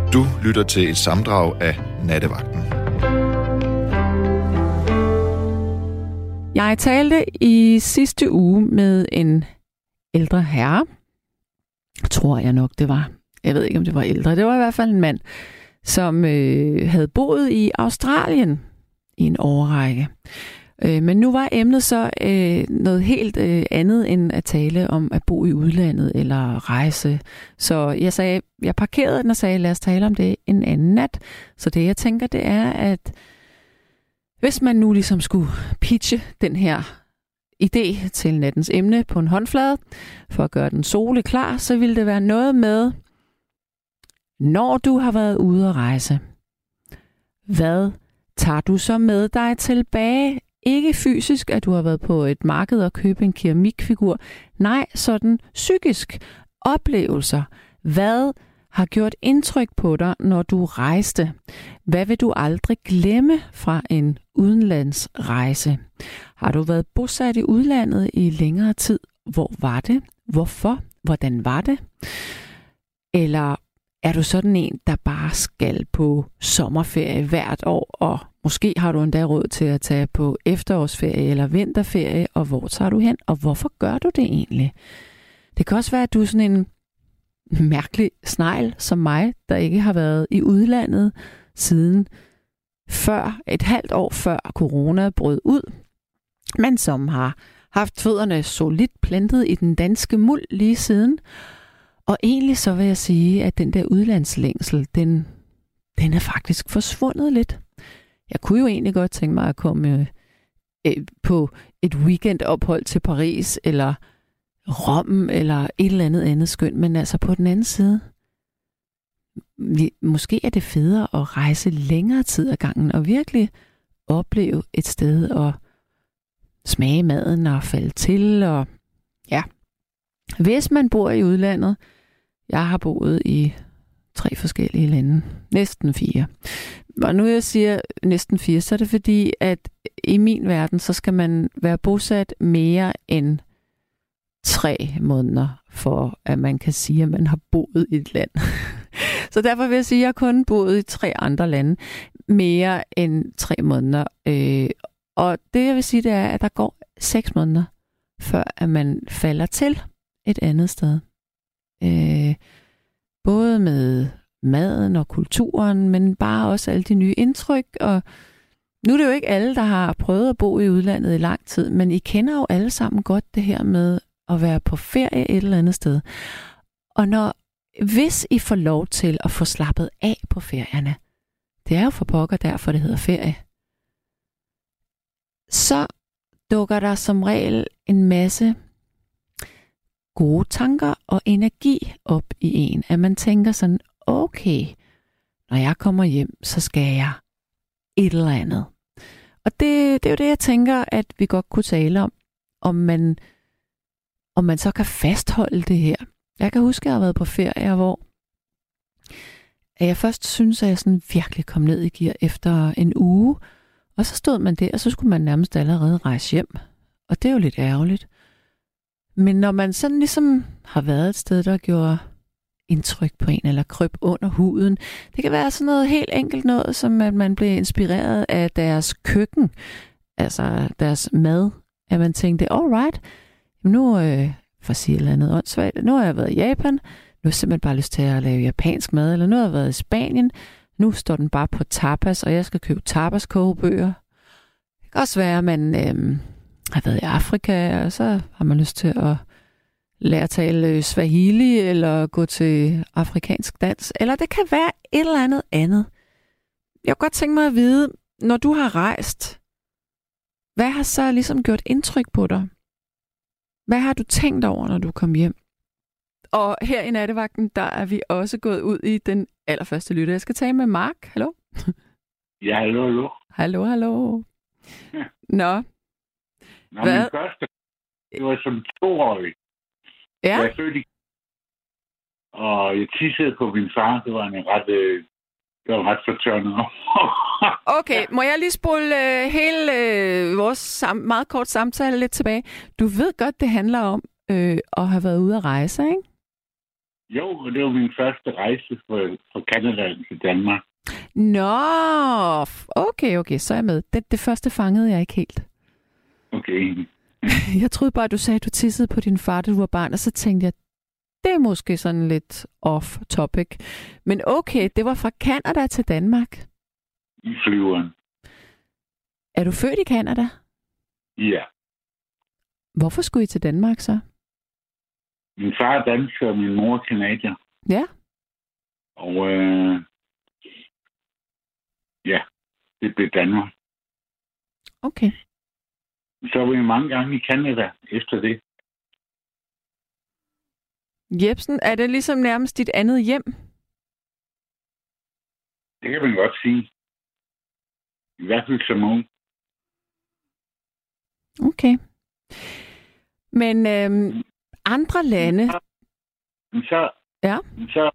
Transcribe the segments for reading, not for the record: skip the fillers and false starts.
Du lytter til et sammendrag af Nattevagten. Jeg talte i sidste uge med en ældre herre. Tror jeg nok, det var. Jeg ved ikke, om det var ældre. Det var i hvert fald en mand, som havde boet i Australien i en årrække. Men nu var emnet så noget helt andet end at tale om at bo i udlandet eller rejse. Så jeg parkerede den og sagde, lad os tale om det en anden nat. Så det jeg tænker, det er, at hvis man nu ligesom skulle pitche den her idé til nattens emne på en håndflade, for at gøre den soleklar, så ville det være noget med, når du har været ude at rejse, hvad tager du så med dig tilbage? Ikke fysisk, at du har været på et marked og købt en keramikfigur. Nej, sådan psykisk. Oplevelser. Hvad har gjort indtryk på dig, når du rejste? Hvad vil du aldrig glemme fra en udenlandsrejse? Har du været bosat i udlandet i længere tid? Hvor var det? Hvorfor? Hvordan var det? Eller er du sådan en, der bare skal på sommerferie hvert år, og måske har du endda råd til at tage på efterårsferie eller vinterferie, og hvor tager du hen, og hvorfor gør du det egentlig? Det kan også være, at du er sådan en mærkelig snegl som mig, der ikke har været i udlandet siden et halvt år før corona brød ud, men som har haft fødderne solidt plantet i den danske muld lige siden. Og egentlig så vil jeg sige, at den der udlandslængsel, den er faktisk forsvundet lidt. Jeg kunne jo egentlig godt tænke mig at komme på et weekendophold til Paris, eller Rom, eller et eller andet skønt, men altså på den anden side, måske er det federe at rejse længere tid ad gangen, og virkelig opleve et sted, og smage maden, og falde til, og ja. Hvis man bor i udlandet, jeg har boet i 3 forskellige lande, næsten 4. Og nu jeg siger næsten 4, så er det fordi, at i min verden, så skal man være bosat mere end 3 måneder, for at man kan sige, at man har boet i et land. Så derfor vil jeg sige, at jeg har kun boet i 3 andre lande mere end 3 måneder. Og det jeg vil sige, det er, at der går 6 måneder, før at man falder til et andet sted. Både med maden og kulturen, men bare også alle de nye indtryk. Og nu er det jo ikke alle, der har prøvet at bo i udlandet i lang tid, men I kender jo alle sammen godt det her med at være på ferie et eller andet sted. Og hvis I får lov til at få slappet af på ferierne, det er jo for pokker derfor, det hedder ferie, så dukker der som regel en masse gode tanker og energi op i en, at man tænker sådan, okay, når jeg kommer hjem, så skal jeg et eller andet. Og det er jo det, jeg tænker, at vi godt kunne tale om man så kan fastholde det her. Jeg kan huske, at jeg har været på ferie, hvor jeg først synes, at jeg sådan virkelig kom ned i gear efter en uge, og så stod man der, og så skulle man nærmest allerede rejse hjem. Og det er jo lidt ærgerligt. Men når man sådan ligesom har været et sted, der gjorde indtryk på en, eller kryb under huden, det kan være sådan noget helt enkelt noget, som at man blev inspireret af deres køkken, altså deres mad, at man tænkte, alright, nu for at sige et eller andet åndssvagt, nu har jeg været i Japan, nu har jeg simpelthen bare lyst til at lave japansk mad, eller nu har jeg været i Spanien, nu står den bare på tapas, og jeg skal købe tapas-kogebøger. Det kan også være, at man har været i Afrika, og så har man lyst til at lære at tale Swahili, eller gå til afrikansk dans, eller det kan være et eller andet. Jeg kunne godt tænke mig at vide, når du har rejst, hvad har så ligesom gjort indtryk på dig? Hvad har du tænkt over, når du kom hjem? Og her i Nattevagten, der er vi også gået ud i den allerførste lytter. Jeg skal tale med Mark. Hallo? Ja, hallo. Hallo. Ja. Nå. Min første, det var som 2-årig. Ja. Jeg fødte og jeg tissede på min far. Det var ret fortørnet. Okay, må jeg lige spole hele vores meget kort samtale lidt tilbage? Du ved godt, det handler om at have været ude at rejse, ikke? Jo, og det var min første rejse fra Canada til Danmark. Nå, okay, så er jeg med. Det første fangede jeg ikke helt. Okay. Jeg troede bare, du sagde, at du tissede på din far, da du var barn, og så tænkte jeg, det er måske sådan lidt off-topic. Men okay, det var fra Canada til Danmark. I flyveren. Er du født i Canada? Ja. Hvorfor skulle I til Danmark så? Min far er dansker, og min mor er canadier. Ja. Og ja, det blev Danmark. Okay. Så var vi mange gange i Canada efter det. Jebsen, er det ligesom nærmest dit andet hjem? Det kan man godt sige. I hvert fald som ung. Okay. Men andre lande... Men så... Ja. Så...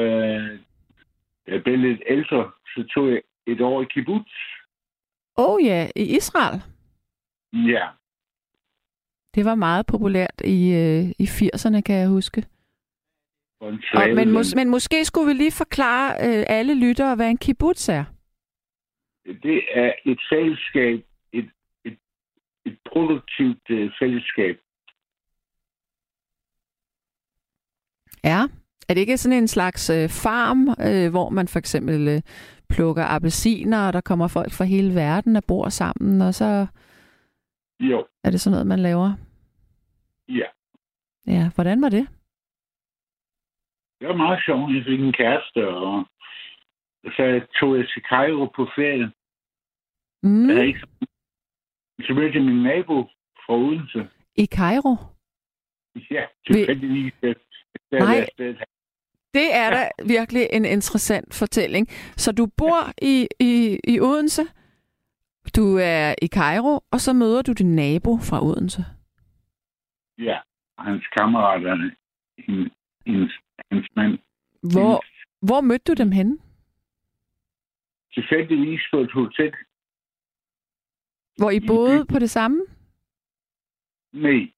jeg blev lidt ældre, så tog jeg et år i kibbutz. Ja, i Israel. Ja. Det var meget populært i 80'erne, kan jeg huske. Men måske skulle vi lige forklare alle lyttere, hvad en kibbutz er. Det er et fællesskab, et produktivt fællesskab. Ja. Er det ikke sådan en slags farm, hvor man for eksempel plukker appelsiner, og der kommer folk fra hele verden og bor sammen, og så Jo. Er det sådan noget, man laver? Ja. Ja, hvordan var det? Det var meget sjovt. Jeg fik en kæreste, og så tog jeg til Cairo på ferie. Så mødte jeg min nabo fra Odense. I Cairo? Ja, tilfældigvis. Nej, det er da virkelig en interessant fortælling. Så du bor i Odense, du er i Cairo, og så møder du din nabo fra Odense. Ja, og hans kammerater, hans mand. Hvor mødte du dem henne? Tilfældigvis på et hotel. Hvor I boede på det samme? Nej.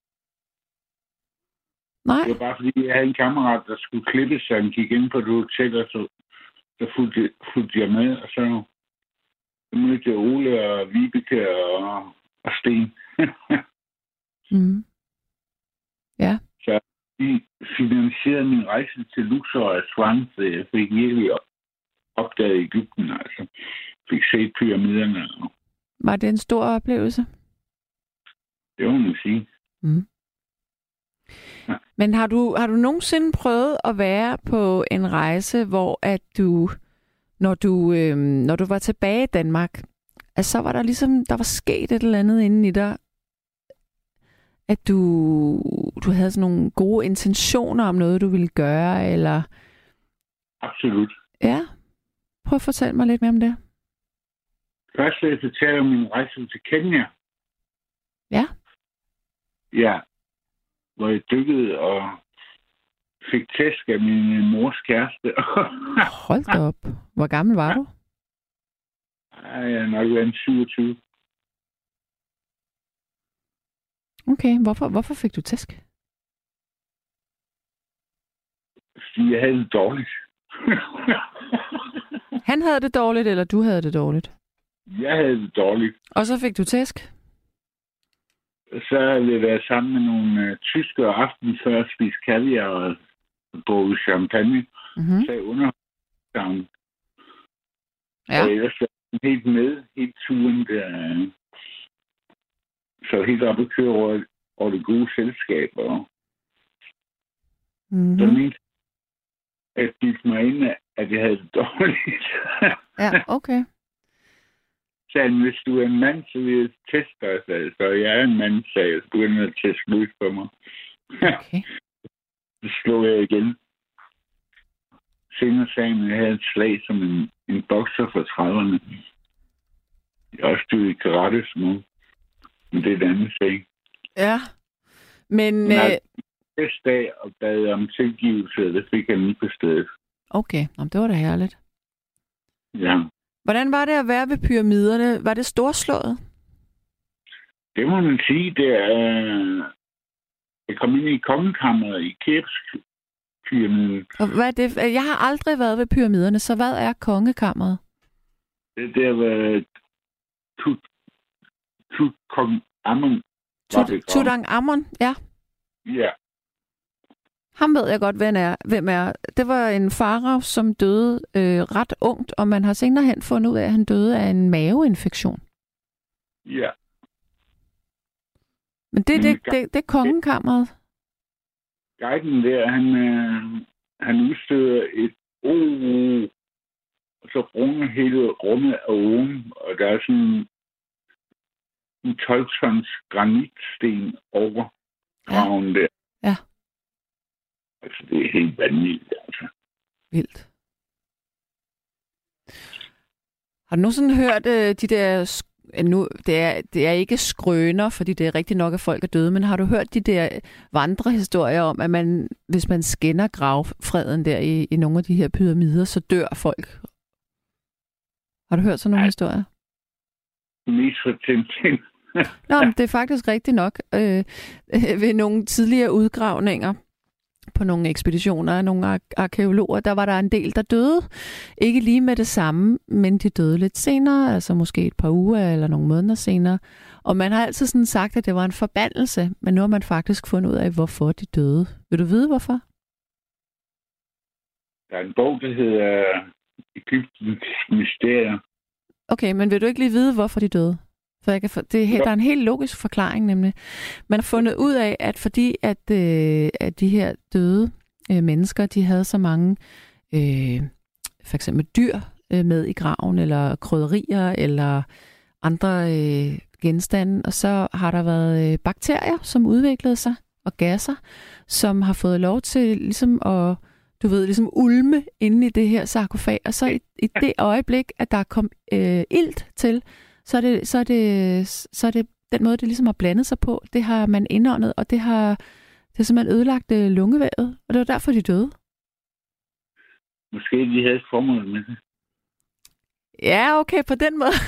Nej. Det var bare fordi, jeg havde en kammerat, der skulle klippe sig. Han gik ind på et hotel, og så fulgte jeg med. Og så mødte jeg Ole og Vibeke og Sten. Ja. Så de finansierede min rejse til Luxor og Aswan, så jeg fik virkelig opdaget Egypten. Altså, fik set pyramiderne. Var det en stor oplevelse? Det må man sige. Ja. Men har du nogensinde prøvet at være på en rejse, hvor at du, når du var tilbage i Danmark, at så var der ligesom, der var sket et eller andet inden i dig, at du havde sådan nogle gode intentioner om noget, du ville gøre, eller? Absolut. Ja. Prøv at fortælle mig lidt mere om det. Først vil jeg fortælle om min rejse til Kenya. Ja. Ja. Hvor jeg dykkede og fik tæsk af min mors kæreste. Hold da op. Hvor gammel var du? Jeg er nok været 27. Okay, hvorfor fik du tæsk? Fordi jeg havde det dårligt. Han havde det dårligt, eller du havde det dårligt? Jeg havde det dårligt. Og så fik du tæsk? Så havde vi været sammen med nogle tyskere aften før at spise kaviar og drukket champagne. Mm-hmm. Så jeg underholdt. Ja. Og jeg var helt med, helt turen der. Så helt op at køre over det gode selskab. Mm-hmm. Så mente at bilde mig ind, at jeg havde det dårligt. Ja, okay. Så hvis du er en mand, så vil jeg teste dig. Så jeg er en mand, sagde jeg. Så begyndte at teste løs på mig. Okay. Så slog jeg igen. Senere sagde han, at jeg havde et slag som en bokser fra 30'erne. Jeg har også stået i karate som nu. Men det er et andet sag. Ja. Men... Næste dag og bad om tilgivelse, det fik jeg lige på stedet. Okay, det var da herligt. Ja. Hvordan var det at være ved pyramiderne? Var det storslået? Det må man sige. Det er... Jeg kom ind i kongekammeret i Keops pyramiden. Og hvad er det? Jeg har aldrig været ved pyramiderne, så hvad er kongekammeret? Det der var Tutankhamon. Tutankhamon, ja. Ja. Ham ved jeg godt, hvem er. Det var en farao, som døde ret ungt, og man har senere hen fundet ud af, at han døde af en maveinfektion. Ja. Men det er kongekammeret. Guiden der, han udstøder et og så runger hele rummet af oven, og der er sådan en 12 tons granitsten over graven der. Ja. Altså, det er helt vanvittigt, altså. Vildt. Har du nogensinde hørt de der... Nu, det er ikke skrøner, fordi det er rigtig nok, at folk er døde, men har du hørt de der vandrehistorier om, at hvis man skænder gravfreden der i nogle af de her pyramider, så dør folk? Har du hørt sådan nogle historier? Mest for Tintin. Nå, men det er faktisk rigtigt nok. Ved nogle tidligere udgravninger på nogle ekspeditioner af nogle arkæologer, der var der en del, der døde. Ikke lige med det samme, men de døde lidt senere, altså måske et par uger eller nogle måneder senere. Og man har altid sådan sagt, at det var en forbandelse, men nu har man faktisk fundet ud af, hvorfor de døde. Vil du vide, hvorfor? Der er en bog, der hedder Egyptens Mysterier. Okay, men vil du ikke lige vide, hvorfor de døde? For der er en helt logisk forklaring, nemlig. Man har fundet ud af, at fordi at de her døde mennesker, de havde så mange for eksempel dyr med i graven, eller krydderier, eller andre genstande, og så har der været bakterier, som udviklede sig, og gasser, som har fået lov til ligesom at, ligesom ulme inde i det her sarkofag, og så i det øjeblik, at der kom ilt til, så er det den måde, det ligesom har blandet sig på. Det har man indåndet, og det har simpelthen ødelagt lungevævet, og det var derfor, de døde. Måske de havde et formål med det. Ja, okay, på den måde.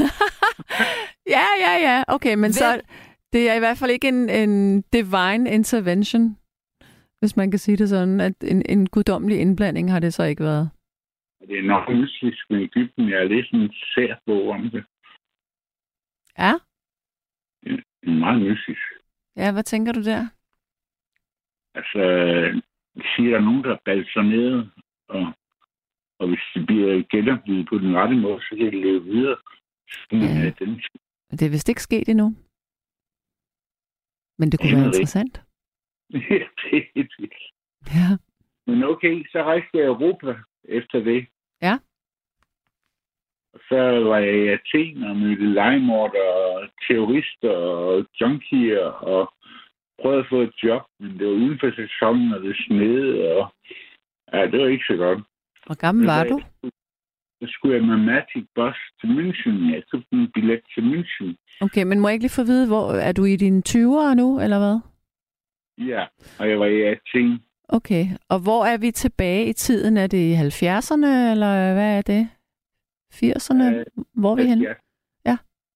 ja. Okay, men så det er i hvert fald ikke en divine intervention, hvis man kan sige det sådan, at en guddommelig indblanding har det så ikke været. Det er nok mystisk med Egypten. Jeg har læst en særbog om det. Ja? Det er meget mystisk. Ja, hvad tænker du der? Altså, de siger, at der er nogen, der er balsameret, og hvis de bliver genopgivet på den rette måde, så kan de leve videre. Ja. Det er vist ikke sket endnu. Men det kunne være interessant. Ja, det er helt vildt. Ja. Men okay, så rejste jeg i Europa efter det. Ja. Og så var jeg i Athen og mødte legemordere, terrorister og junkier og prøvede at få et job, men det var uden for sæsonen, og det snede, og ja, det var ikke så godt. Hvor gammel var du? Så skulle jeg med Magic Bus til München. Jeg tog en billet til München. Okay, men må jeg ikke lige få at vide, hvor er du i dine 20'ere nu, eller hvad? Ja, og jeg var i Athen. Okay, og hvor er vi tilbage i tiden? Er det i 70'erne, eller hvad er det? 80'erne? Hvor er vi henne? Ja.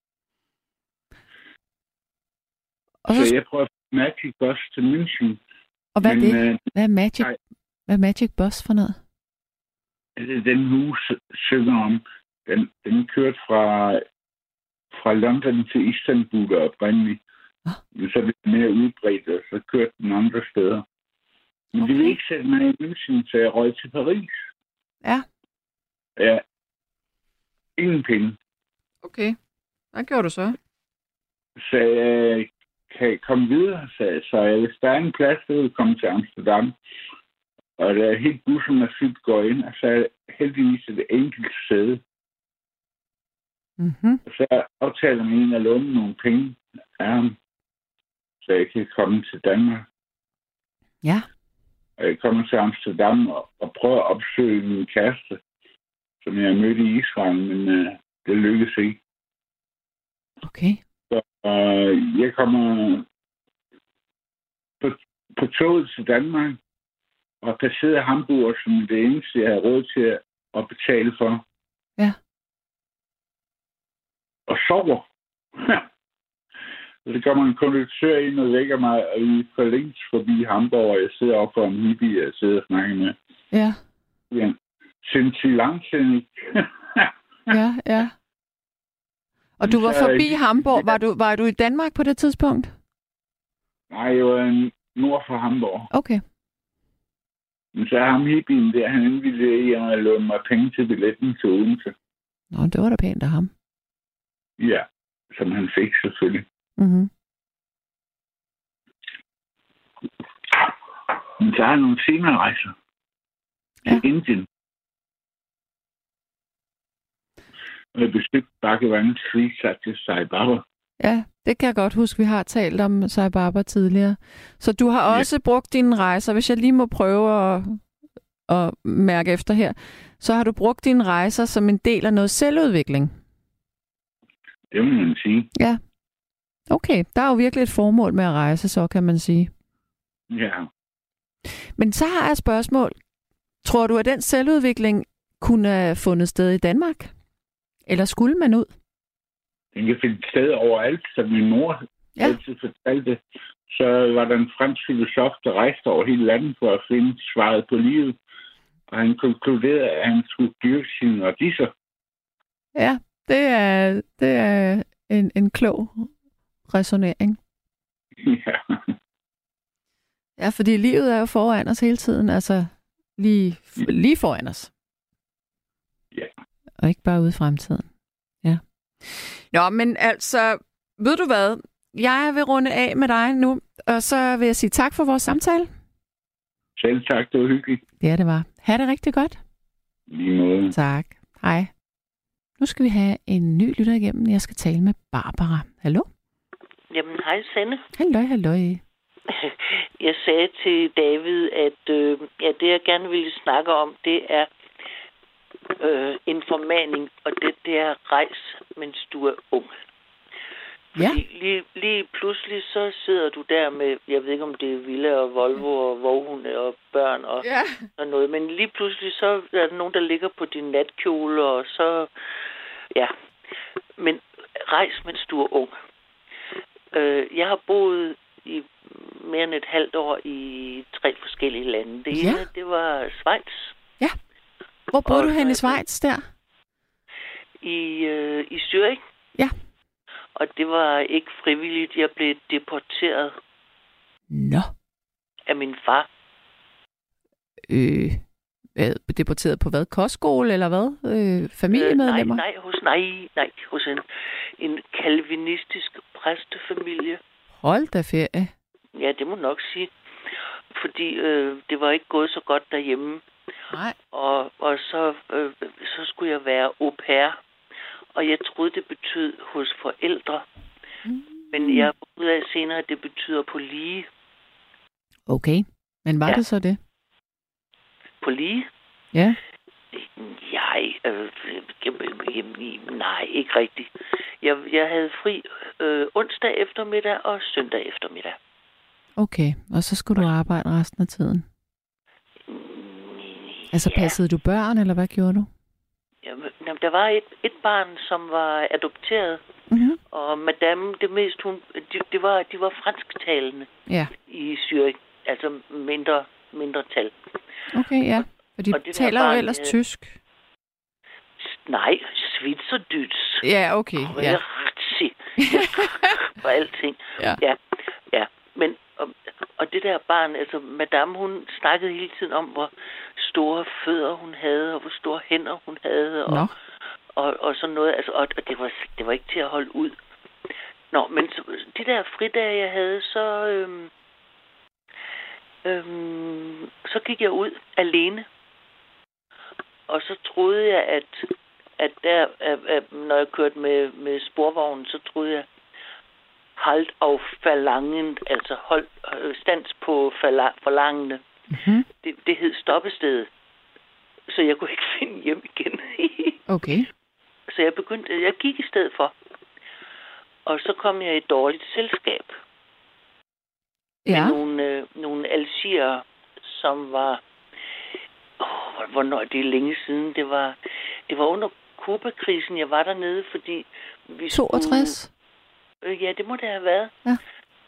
Og så jeg prøver Magic Bus til München. Og hvad er det? Hvad er Magic Bus for noget? Den hus synger om. Den kørte fra London til Istanbul oprindeligt. Men så er det mere udbredt, og så kørte den andre steder. Men de ville ikke sætte mig i München, så jeg røg til Paris. Ja. Ja. Ingen penge. Okay. Hvad gjorde du så? Så jeg kan komme videre, så hvis der er en plads, så vil jeg komme til Amsterdam. Og der er helt bussen og fyldt går ind, og så er det heldigvis et enkelt sæde. Mm-hmm. Og så aftaler med en at låne nogle penge af ham, så jeg kan komme til Danmark. Ja. Og jeg kommer til Amsterdam og prøver at opsøge min kæreste, som jeg mødte i Israel, men det lykkedes ikke. Okay. Så jeg kommer på toget til Danmark, og passerede Hamburg som det eneste, jeg havde råd til at betale for. Ja. Og sover. Og så kommer en konduktør ind og vækker mig, og vi får længst forbi Hamburg, og jeg sidder op for en hippie, jeg sidder og snakker med. Ja. Ja. Sindssygt langsindig. Ja. Og du var forbi Hamburg. Var du i Danmark på det tidspunkt? Nej, jeg var nord for Hamburg. Okay. Men så er ham hippien der, han inviterede mig at låne mig penge til billetten til Odense. Nå, det var da pænt af ham. Ja, som han fik selvfølgelig. Mhm. Men så har jeg nogle seminarrejser til Indien. Og jeg besøgte Bhagavan Sri Satya Sai Baba. Ja, det kan jeg godt huske. Vi har talt om Sai Baba tidligere. Så du har også brugt dine rejser. Hvis jeg lige må prøve at mærke efter her, så har du brugt dine rejser som en del af noget selvudvikling. Det må man sige. Ja. Okay, der er jo virkelig et formål med at rejse, så kan man sige. Ja. Men så har jeg et spørgsmål. Tror du, at den selvudvikling kunne have fundet sted i Danmark? Eller skulle man ud? Den kan finde sted overalt, som min mor altid fortalte. Så var der en fransk filosof, der rejste over hele landet for at finde svaret på livet. Og han konkluderede, at han skulle dyrke sine radiser. Ja, det er en klog resonering. Ja. Ja, fordi livet er jo foran os hele tiden. Altså lige foran os. Ja. Og ikke bare ude i fremtiden. Ja. Nå, men altså, ved du hvad? Jeg vil runde af med dig nu, og så vil jeg sige tak for vores samtale. Selv tak, det var hyggeligt. Ja, det var. Ha' det rigtig godt. Lige måde. Tak. Hej. Nu skal vi have en ny lytter igennem. Jeg skal tale med Barbara. Hallo? Jamen, hej Sanne. Halløj. Jeg sagde til David, at det jeg gerne ville snakke om, det er en formaning, og det er rejs, mens du er ung. Ja. Fordi lige pludselig så sidder du der med, jeg ved ikke om det er Villa og Volvo og vovhunde og børn og noget, men lige pludselig så er der nogen, der ligger på din natkjole, og så, ja. Men rejs, mens du er ung. Jeg har boet i mere end et halvt år i 3 forskellige lande. Det ene, det var Schweiz. Ja. Hvor boede du hen i Schweiz der? I Zürich. Ja. Og det var ikke frivilligt. Jeg blev deporteret. Nå. Af min far. Deporteret på hvad? Kostskole eller hvad? Familiemedlemmer? Nej, hos en kalvinistisk præstefamilie. Hold da ferie. Ja, det må nok sige. Fordi det var ikke gået så godt derhjemme. Nej. Og så skulle jeg være au pair. Og jeg troede, det betød hos forældre. Men jeg har fundet ud af senere, at det betyder på lige. Okay. Men var det så det? På lige? Ja. Nej, ikke rigtigt. Jeg havde fri onsdag eftermiddag og søndag eftermiddag. Okay, og så skulle du arbejde resten af tiden? Altså passede du børn, eller hvad gjorde du? Jamen, der var et barn, som var adopteret. Mm-hmm. Og madame, det mest de var fransktalende i Zürich. Altså mindre tal. Okay, ja. For de taler jo ellers tysk. Nej, Schweizerdeutsch. Ja, okay. Ja. For alting. Ja. Men, og det der barn, altså madame, hun snakkede hele tiden om, hvor store fødder hun havde, og hvor store hænder hun havde, og sådan noget. Altså, og det var ikke til at holde ud. Nå, men så, de der fridage, jeg havde, så gik jeg ud alene. Og så troede jeg, at der, når jeg kørte med sporvognen, så troede jeg, halt auf Verlangen, altså stands på forlangende. Mm-hmm. Det hed stoppestedet. Så jeg kunne ikke finde hjem igen. Okay. Så jeg gik i stedet for. Og så kom jeg i et dårligt selskab. Ja. Med nogle algierere, som var... hvornår det er længe siden. Det var under Kuba-krisen, jeg var dernede, fordi vi 62? Ja, det må det have været. Ja.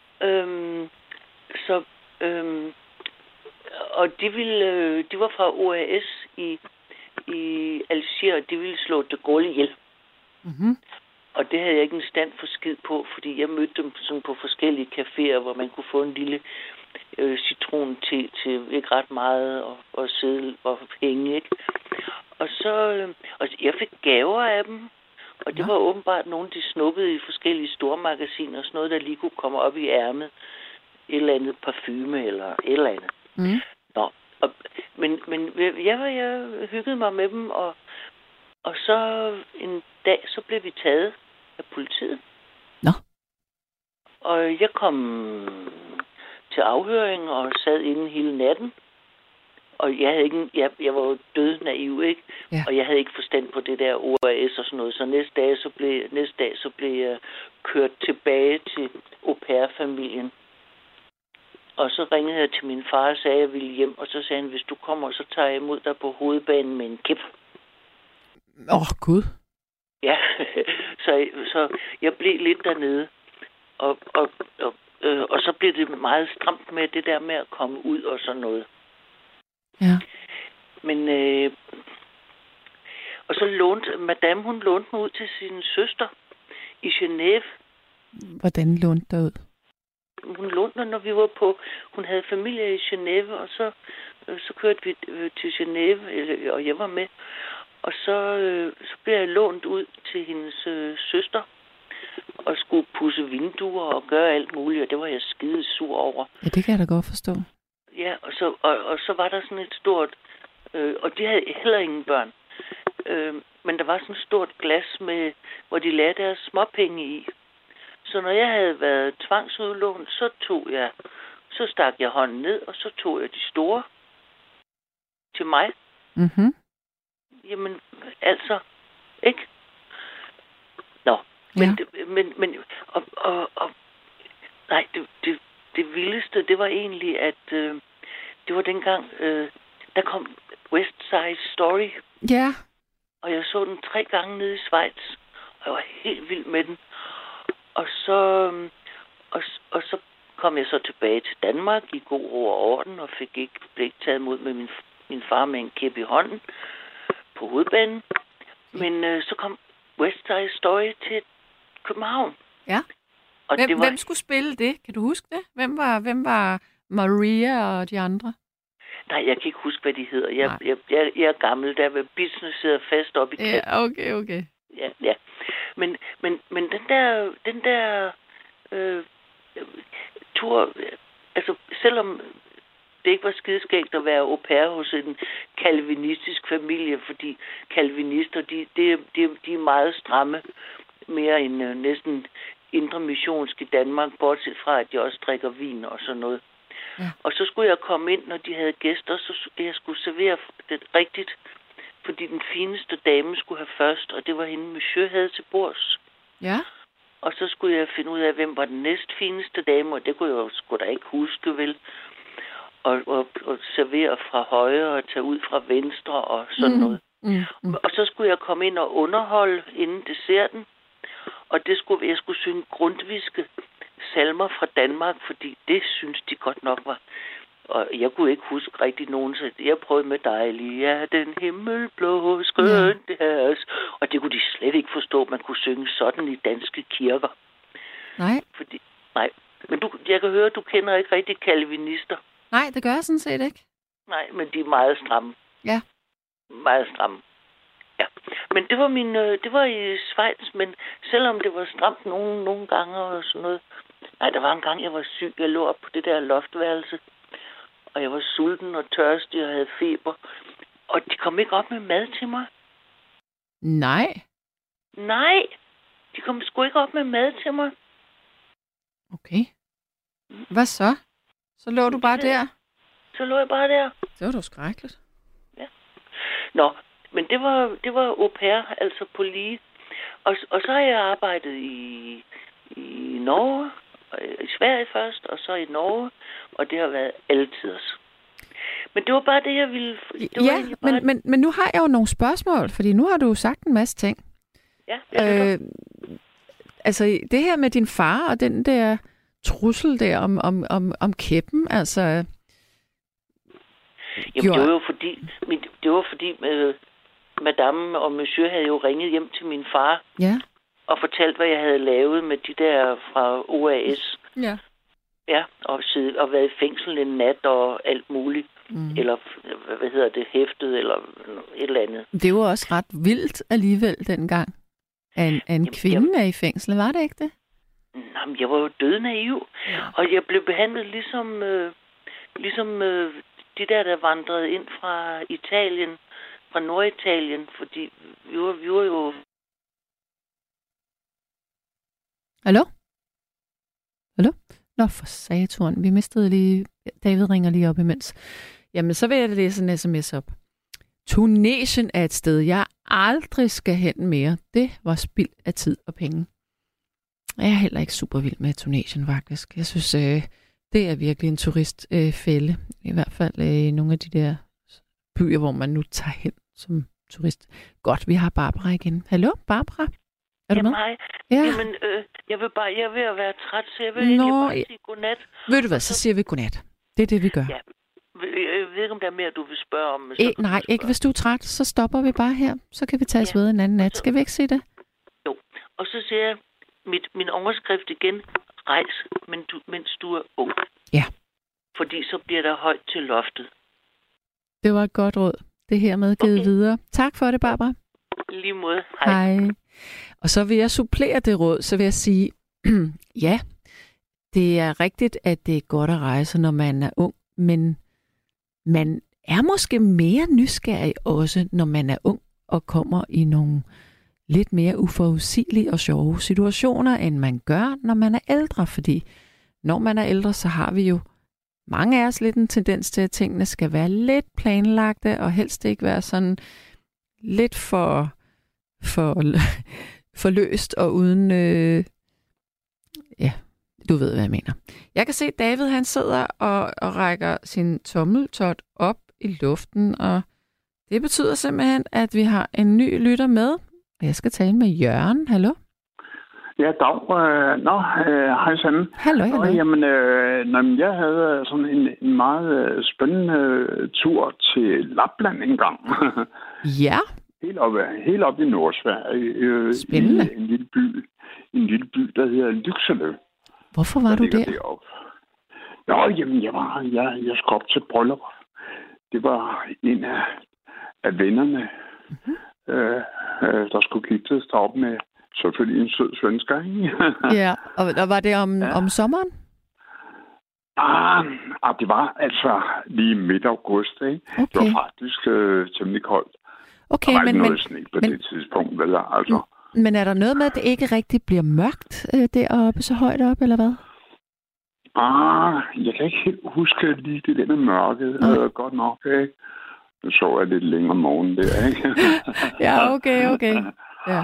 Og de var fra OAS i Alger, og de ville slå de Gaulle ihjel. Mm-hmm. Og det havde jeg ikke en stand for skid på, fordi jeg mødte dem sådan på forskellige caféer, hvor man kunne få en lille citron til ikke ret meget og sidde og hænge, ikke? Og så jeg fik gaver af dem, og det var åbenbart nogen, de snuppede i forskellige stormagasiner og sådan noget, der lige kunne komme op i ærmet. Et eller andet parfume eller et eller andet. Mm. Nå, men jeg hyggede mig med dem, og så en dag, så blev vi taget af politiet. Nå. Og jeg kom til afhøring og sad inde hele natten. Og jeg var jo død naiv, ikke? Ja. Og jeg havde ikke forstand på det der OAS og sådan noget. Så næste dag så blev jeg kørt tilbage til au pair-familien. Og så ringede jeg til min far og sagde, at jeg ville hjem. Og så sagde han, hvis du kommer, så tager jeg imod dig på hovedbanen med en kæp. Gud. Ja, så jeg blev lidt dernede. Og så blev det meget stramt med det der med at komme ud og sådan noget. Ja. Men og så madame, hun lånte mig ud til sin søster i Genève. Hvordan lånte der ud? Hun lånte mig, når vi var på. Hun havde familie i Genève, og så kørte vi til Genève, og jeg var med. Og så blev jeg lånt ud til hendes søster og skulle pudse vinduer og gøre alt muligt, og det var jeg skide sur over. Ja, det kan jeg da godt forstå. Ja, og så var der sådan et stort... og de havde heller ingen børn. Men der var sådan et stort glas, hvor de lagde deres småpenge i. Så når jeg havde været tvangsudlånt, så stak jeg hånden ned, og så tog jeg de store til mig. Mhm. Jamen, altså, ikke? Nå, ja. Nej, det vildeste, det var egentlig, at det var dengang, der kom West Side Story. Ja. Og jeg så den 3 gange nede i Schweiz, og jeg var helt vild med den. Og så kom jeg så tilbage til Danmark i god ro og orden, og blev ikke taget imod med min far med en kæp i hånden på hovedbanen. Men så kom West Side Story til København. Ja. Og hvem skulle spille det? Kan du huske det? Hvem var Maria og de andre? Nej, jeg kan ikke huske, hvad de hedder. Jeg er gammel, der ved business sidder fast op i kæden. Ja, okay. Ja. Men den der tur, altså selvom det ikke var skideskægt at være au pair hos en kalvinistisk familie, fordi kalvinister, de er meget stramme, mere end næsten indre missionsk i Danmark, bortset fra, at de også drikker vin og sådan noget. Ja. Og så skulle jeg komme ind, når de havde gæster, så jeg skulle servere det rigtigt, fordi den fineste dame skulle have først, og det var hende, monsieur havde til bords. Ja. Og så skulle jeg finde ud af, hvem var den næstfineste dame, og det kunne jeg jo sgu da ikke huske, vel? Og servere fra højre og tage ud fra venstre og sådan noget. Og så skulle jeg komme ind og underholde inden desserten, og jeg skulle synge grundviske salmer fra Danmark, fordi det synes de godt nok var. Og jeg kunne ikke huske rigtig nogen, så jeg prøvede med dejlig, ja, den himmelblå skønt deres. Og det kunne de slet ikke forstå, at man kunne synge sådan i danske kirker. Nej. Nej, men jeg kan høre, at du kender ikke rigtig kalvinister. Nej, det gør jeg sådan set ikke. Nej, men de er meget stramme. Ja. Meget stramme. Ja, men det var i Schweiz, men selvom det var stramt nogle gange og sådan noget. Nej, der var en gang, jeg var syg. Jeg lå op på det der loftværelse, og jeg var sulten og tørstig og havde feber. Og de kom ikke op med mad til mig. Nej. Nej, de kom sgu ikke op med mad til mig. Okay. Hvad så? Så lå du bare der? Så lå jeg bare der. Det var da skrækkeligt. Ja. Nå, men det var au pair, altså på lige. Og så har jeg arbejdet i Norge, i Sverige først, og så i Norge, og det har været altid. Men det var bare det, jeg ville... Men nu har jeg jo nogle spørgsmål, fordi nu har du sagt en masse ting. Ja, altså det her med din far og den der trussel der om kæppen, altså... Jamen, det var fordi madame og monsieur havde jo ringet hjem til min far. Ja. Og fortalt, hvad jeg havde lavet med de der fra OAS. Ja. Ja, og været i fængsel en nat og alt muligt. Eller, hæftet, eller et eller andet. Det var også ret vildt alligevel dengang. En kvinde er i fængsel, var det ikke det? Jamen, jeg var jo død naiv. Ja. Og jeg blev behandlet ligesom de der vandrede ind fra Italien, fra Norditalien, fordi vi var jo... Hallo? Nå, for saturen. Vi mistede lige... David ringer lige op imens. Jamen, så vil jeg læse en sms op. Tunesien er et sted, jeg aldrig skal hen mere. Det var spild af tid og penge. Jeg er heller ikke super vild med Tunesien, faktisk. Jeg synes, det er virkelig en turistfælde. I hvert fald i nogle af de der byer, hvor man nu tager hen som turist. Godt, vi har Barbara igen. Hallo, Barbara? Er du med? Hej. Ja. Jamen, jeg er ved at være træt, så jeg vil egentlig bare sige godnat. Ved du hvad, så siger vi godnat. Det er det, vi gør. Ja. Jeg ved ikke, om der er mere, du vil spørge om. Nej, ikke hvis du er træt, så stopper vi bare her. Så kan vi tage os ved en anden nat. Skal vi ikke se det? Jo, og så siger jeg min overskrift igen. Rejs, mens du er ung. Ja. Fordi så bliver der højt til loftet. Det var et godt råd. Det her med givet videre. Tak for det, Barbara. Lige måde. Hej. Og så vil jeg supplere det råd, så vil jeg sige, ja, det er rigtigt, at det er godt at rejse, når man er ung, men man er måske mere nysgerrig også, når man er ung og kommer i nogle lidt mere uforudsigelige og sjove situationer, end man gør, når man er ældre. Fordi når man er ældre, så har vi jo mange af os lidt en tendens til, at tingene skal være lidt planlagte, og helst ikke være sådan lidt for løst og uden... du ved, hvad jeg mener. Jeg kan se, at David han sidder og rækker sin tommeltot op i luften, og det betyder simpelthen, at vi har en ny lytter med. Jeg skal tale med Jørgen. Hallo? Ja, dag. Hej Sanne. Hallo. Jamen, jeg havde sådan en meget spændende tur til Lapland engang. Ja. Helt op i Nordsverige. Spændende. En lille by, der hedder Lycksele. Hvorfor var du der? Jamen, jeg skulle op til bryllup. Det var en af vennerne, der skulle giftes deroppe med selvfølgelig en sød svensker, ikke? Ja, og var det om sommeren? Det var altså lige midt august, ikke? Okay. Det var faktisk temmelig koldt. Okay, der var ikke noget sne på det tidspunkt, vel? Altså. Men er der noget med, at det ikke rigtig bliver mørkt deroppe, så højt op, eller hvad? Jeg kan ikke helt huske lige det der med mørket. Godt nok, ikke? Nu så jeg lidt længere om morgenen der, ikke? Ja, okay. Ja.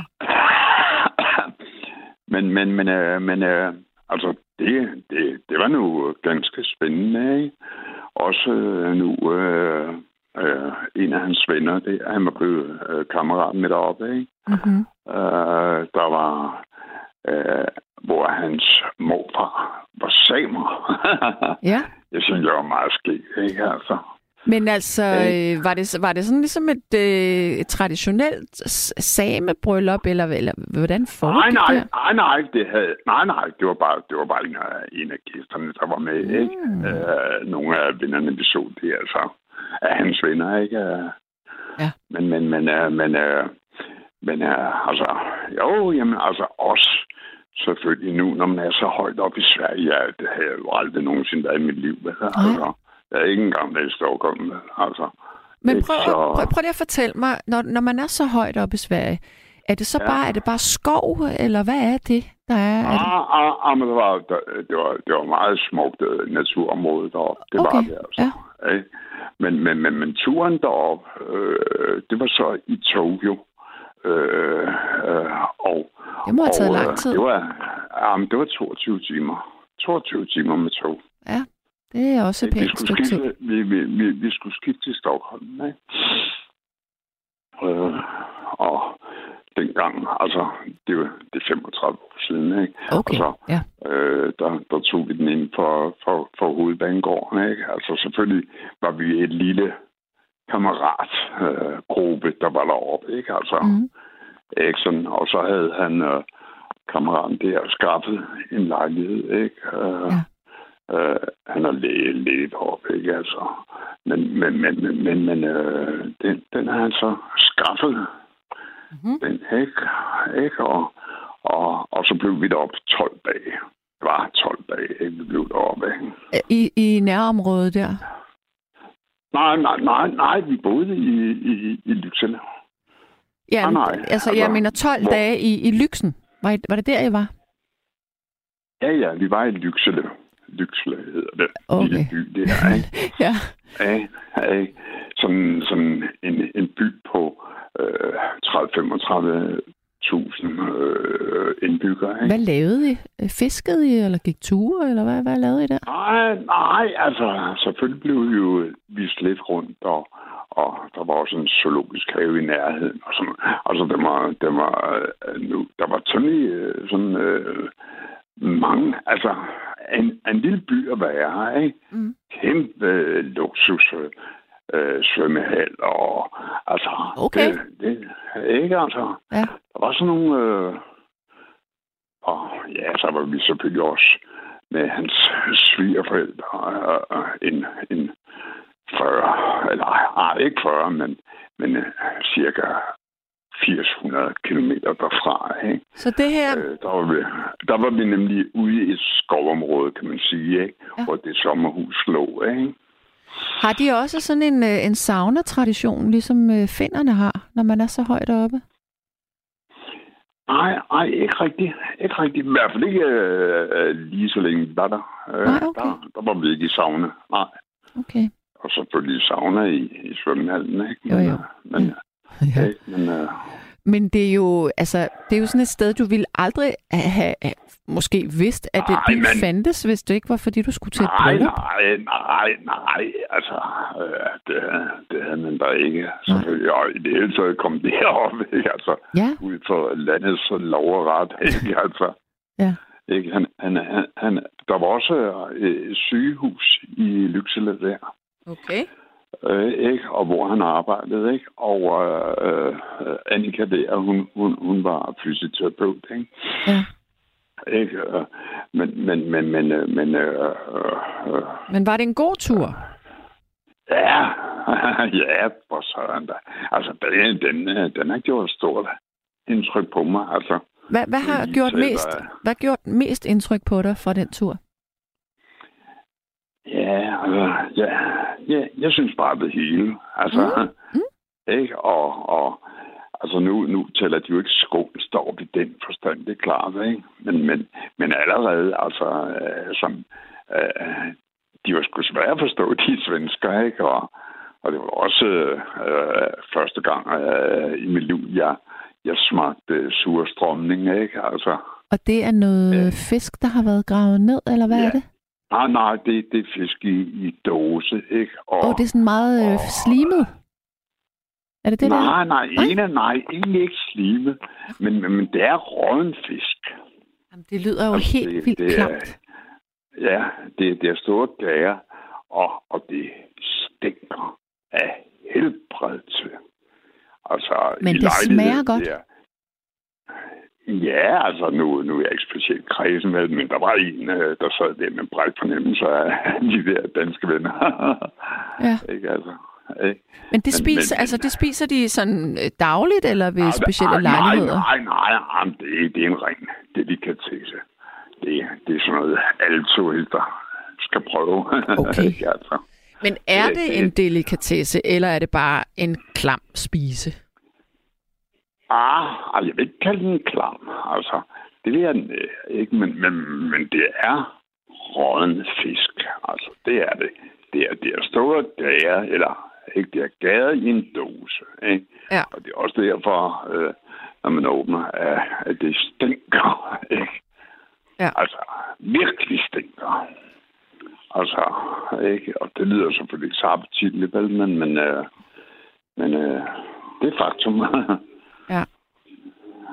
Men altså, det var nu ganske spændende, ikke? Også nu en af hans venner, han var blevet kammerat med deroppe, ikke? Mm-hmm. Der var, hvor hans morfar var samer. Ja. Jeg synes, det var meget skægt, ikke? Altså. Men altså, var det sådan ligesom et traditionelt samebryllup, eller hvordan foregik det? Nej, det var bare en af gæsterne, der var med, ikke? Nogle af vennerne, vi så det, altså, af hans venner, ikke? Ja. Men altså, altså også selvfølgelig nu, når man er så højt op i Sverige, det har jeg jo aldrig nogensinde været i mit liv, altså. Jeg er ikke engang med i Stockholm, altså. Men prøv lige at fortælle mig, når man er så højt op i Sverige, er det så bare skov, eller hvad er det, der er? Men det var meget smukt naturområde deroppe. Det var det, altså. Ja. Men turen deroppe, det var så i Tokyo. Det må have taget lang tid. Det var 22 timer. 22 timer med tog. Ja. Det er også et pænt stykke tid. Vi skulle skifte til Stockholm, ikke? Og dengang. Altså, det er 35 år siden, ikke? Okay, altså, ja. Der tog vi den ind for Hovedbanegården, ikke? Altså, selvfølgelig var vi et lille kammeratgruppe, der var deroppe, ikke? Altså, ikke sådan, og så havde han kammeraten der skaffet en lejlighed, ikke? Han har levet op, ikke? Altså, men den har han så skaffet. Den, ikke? Og så blev vi deroppe 12 dage. Det var 12 dage, ikke? Vi blev deroppe, ikke? I nærområdet der? Nej, vi boede i Lyksele. Ja, altså, jeg mener 12 dage i Lyksen. Var det der, I var? Ja, vi var i Lyksele. Lyksele hedder det. Okay. Lille by, det her, ikke? Ja. Sådan en by på 30-35.000 indbyggere, ikke? Hvad lavede I? Fiskede I, eller gik ture, eller hvad lavede I der? Nej, altså, selvfølgelig blev vi jo vist lidt rundt, og der var også en zoologisk have i nærheden, og sådan. Altså, der var sådan mange, altså, en lille by at være, ikke? Kæmpe luksus, svømmehal, og altså, okay. det ikke, altså. Ja. Der var sådan nogle, og ja, så var vi selvfølgelig også med hans svigerforældre, en 40, eller ikke 40, men cirka 800 kilometer derfra, ikke? Så det her... Der var vi nemlig ude i et skovområde, kan man sige, ikke? Ja. Hvor det sommerhus lå, ikke? Har de også sådan en sauna-tradition, ligesom finnerne har, når man er så højt oppe? Nej, ikke rigtigt. Ikke rigtigt. I hvert fald ikke lige så længe vi var der. Okay. Der var vi ikke i sauna. Nej. Okay. Og selvfølgelig sauna i svømmehallen, ikke? Jo. Men det er jo, altså, det er jo sådan et sted, du ville aldrig have måske vidst, at det fandtes, hvis det ikke var, fordi du skulle til et bryllup? Nej. Altså, det havde man der ikke. Selvfølgelig. Og i det hele taget kom det heroppe, ikke? Altså, ud for landets lov og ret, ikke? Altså, ja. Ikke? Der var også et sygehus i Lyksele der. Okay. Ikke? Og hvor han arbejdede, ikke? Og Annika der, hun var fysioterapeut, ikke? Ja. Ikke? Men var det en god tur? Ja, for sådan da. Altså, den har gjort stort indtryk på mig, altså. Hvad har gjort mest indtryk på dig fra den tur? Jeg synes bare det hele. Altså, ikke? Og altså nu tæller de jo ikke skålstop i den forstand, det er klart, ikke? Men allerede, altså, de var sgu svære at forstå, de svensker, ikke? Og det var også første gang i mit liv, jeg smagte surstrømning, ikke? Altså. Og det er noget fisk, der har været gravet ned, eller hvad er det? Nej, det er fisk i dåse, ikke? Og det er sådan meget slimet? Er det det, nej, egentlig ikke slimet, men det er rådden fisk. Jamen, det lyder jo altså, helt vildt klamt. Ja, det er store gager, og det stinker af helbred til. Altså, men det smager godt. Ja, altså nu er jeg ikke specielt kredsen med, men der var en, der sad der med bred fornemmelse af de der danske venner. Ja. Ikke altså? Men det spiser de sådan dagligt, eller ved specielle lejligheder? Nej, det er en ren delikatesse. Det er sådan noget, alle turister skal prøve. Okay. Altså. Men er det en delikatesse, eller er det bare en klam spise? Jeg vil ikke kalde den klam. Altså, det vil jeg ikke, men det er rådden fisk. Altså, det er det. Det er store gager, eller ikke, det er gader i en dose. Ikke? Ja. Og det er også derfor, når man åbner, at det stinker. Ikke? Ja. Altså, virkelig stinker. Altså, ikke? Og det lyder selvfølgelig ikke så appetitligt, men det er faktum. Ja.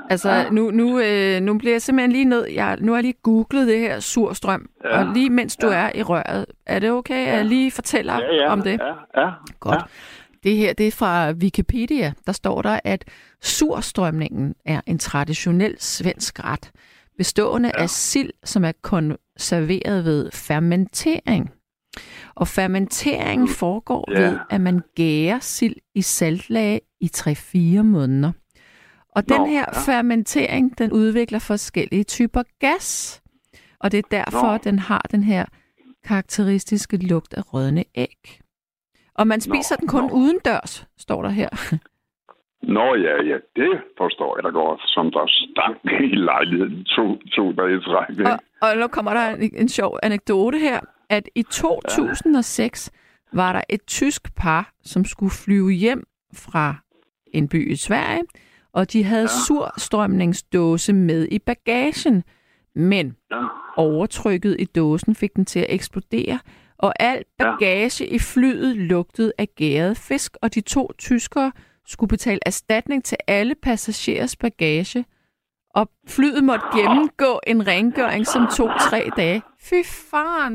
Altså, nu bliver jeg simpelthen lige nødt. Nu har jeg lige googlet det her surstrøm, og lige mens du er i røret, er det okay, at jeg lige fortæller om det? Ja. Godt. Ja. Det her, det er fra Wikipedia. Der står der, at surstrømningen er en traditionel svensk ret, bestående af sild, som er konserveret ved fermentering. Og fermenteringen foregår ved, at man gærer sild i saltlage i 3-4 måneder. Og den her fermentering, den udvikler forskellige typer gas. Og det er derfor, den har den her karakteristiske lugt af rådne æg. Og man spiser den kun udendørs, står der her. Ja, det forstår jeg da godt, som der stank i lejligheden to dage i træk. Og nu kommer der en sjov anekdote her, at i 2006 var der et tysk par, som skulle flyve hjem fra en by i Sverige, og de havde surstrømningsdåse med i bagagen, men overtrykket i dåsen fik den til at eksplodere, og al bagage i flyet lugtede af gæret fisk, og de 2 tyskere skulle betale erstatning til alle passagerers bagage, og flyet måtte gennemgå en rengøring, som tog 3 dage. Fy faren,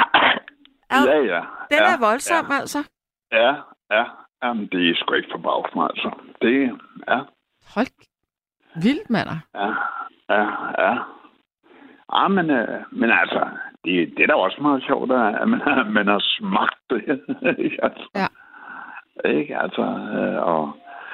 Den er voldsom, altså. Ja. Jamen, det er sgu ikke forbavs mig, altså. Det, Hold vildt, mander. Ja. Men altså, det er da også meget sjovt, at man har smagt det. Ikke, altså. Ja. Ikke, altså, og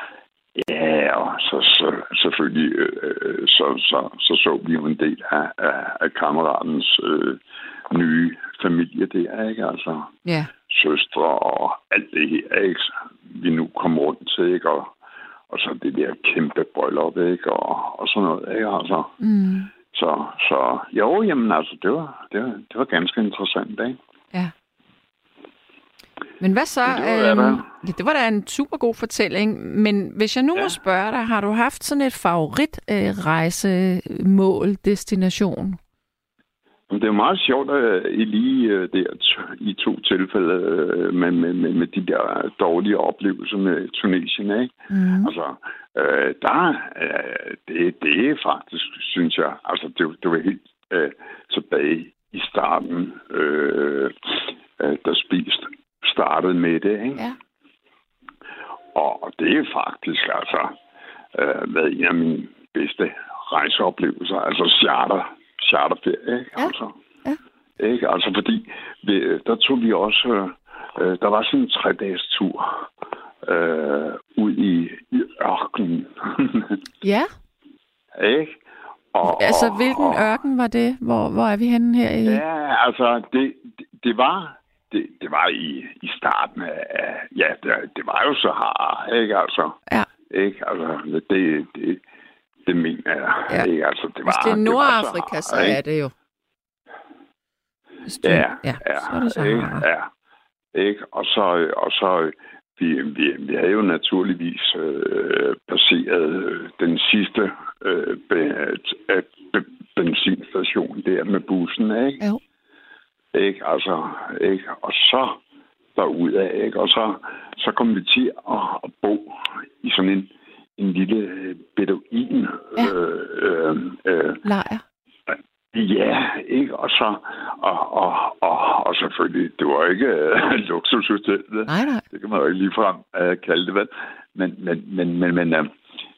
så selvfølgelig så vi jo en del af kammeratens nye familie der, ikke, altså. Ja. Søstre og alt det her, ikke, vi nu kom rundt til, ikke, og så det der kæmpe bryllup, ikke, og sådan noget, ikke, altså. Så jo, jamen altså, det var ganske interessant, ikke? Ja. Men hvad så? Det var da en super god fortælling, men hvis jeg nu må spørge dig, har du haft sådan et favoritrejsemål, destination? Det er jo meget sjovt, at I lige der i 2 tilfælde med de der dårlige oplevelser med Tunesien, ikke? Altså, det er faktisk, synes jeg, altså det var helt tilbage i starten, der startede med det, ikke? Ja. Og det er faktisk altså været en af mine bedste rejseoplevelser, altså charterferie, ikke? Ja. Altså. Ja. Ikke? Altså fordi der tog vi også der var sådan en 3-dages tur ud i ørkenen. Ja. Ikke? Altså hvilken ørken var det? Hvor er vi henne her i? Ja, altså det var i starten af det var jo Sahara, ikke, altså. Ja. Ikke, altså det mener jeg. Ikke, altså det var. Hvis det er Nordafrika, så er det jo. Ja, så er det Sahara. Ja. Ikke, og så vi havde jo naturligvis passeret den sidste benzinstation der med bussen, ikke? Jo. Ikke, altså, ikke, og så derudad, ikke, og så kom vi til at bo i sådan en lille beduin lejr. Ja, ikke, og så og selvfølgelig, det var ikke luksushotellet. Nej. Det kan man jo ikke ligefrem kalde det, vel? Men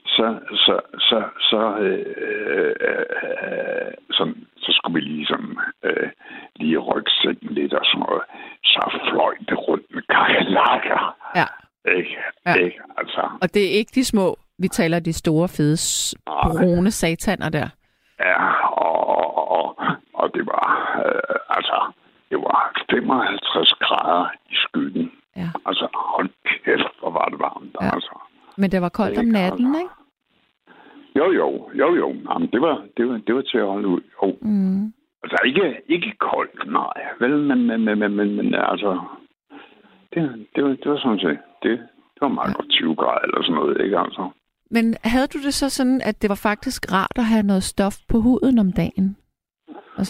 så skulle vi ligesom lige rykke sengen lidt og sådan noget. Så fløj det rundt med kakelakker. Ja. Ikke? Ja. Ikke? Altså. Og det er ikke de små, vi taler de store, fede, brune sataner der. Ja, og det var det var 55 grader i skyggen. Ja. Altså, hold kæft, hvor var det varmt. Ja. Altså. Men det var koldt om natten, ikke? Jo. Jamen, det var til at holde ud. Jo. Altså, ikke koldt, nej. Vel, men altså, det var sådan set, det var meget godt 20 grader eller sådan noget, ikke altså. Men havde du det så sådan, at det var faktisk rart at have noget stof på huden om dagen? Altså.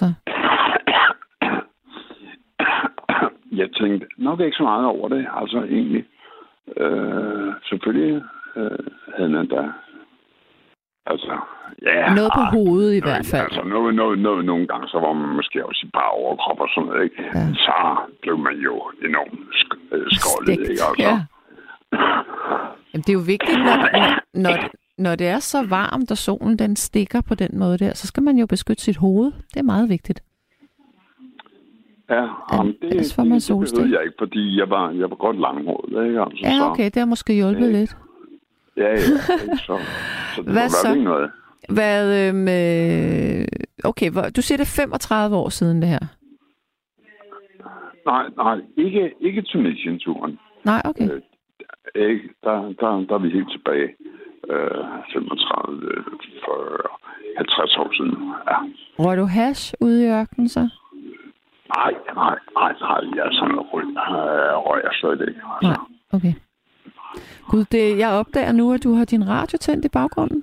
Jeg tænkte nok ikke så meget over det, altså egentlig. Selvfølgelig havde man da Altså, ja. Noget på hovedet i hvert fald. Altså, nogle gange, så var man måske også i bare overkrop og sådan noget, ikke? Ja. Så blev man jo enormt skoldet, ikke? Altså. Ja. Jamen, det er jo vigtigt, når det er så varmt, og solen den stikker på den måde der, så skal man jo beskytte sit hoved. Det er meget vigtigt. Ja, det behøvede jeg ikke, fordi jeg var godt langhåret, ikke? Altså, ja, okay, det har måske hjulpet lidt. Ja, så det hvad så? Ikke noget. Hvad med... Okay, du siger det 35 år siden, det her. Nej, ikke Tunesien-turen. Nej, okay. Der er vi helt tilbage. 35, 40, 50 år siden. Ja. Røg du hash ude i ørkenen så? Nej. Jeg er sådan noget røg jeg slet ikke. Altså. Nej, okay. Gud, jeg opdager nu, at du har din radio tændt i baggrunden.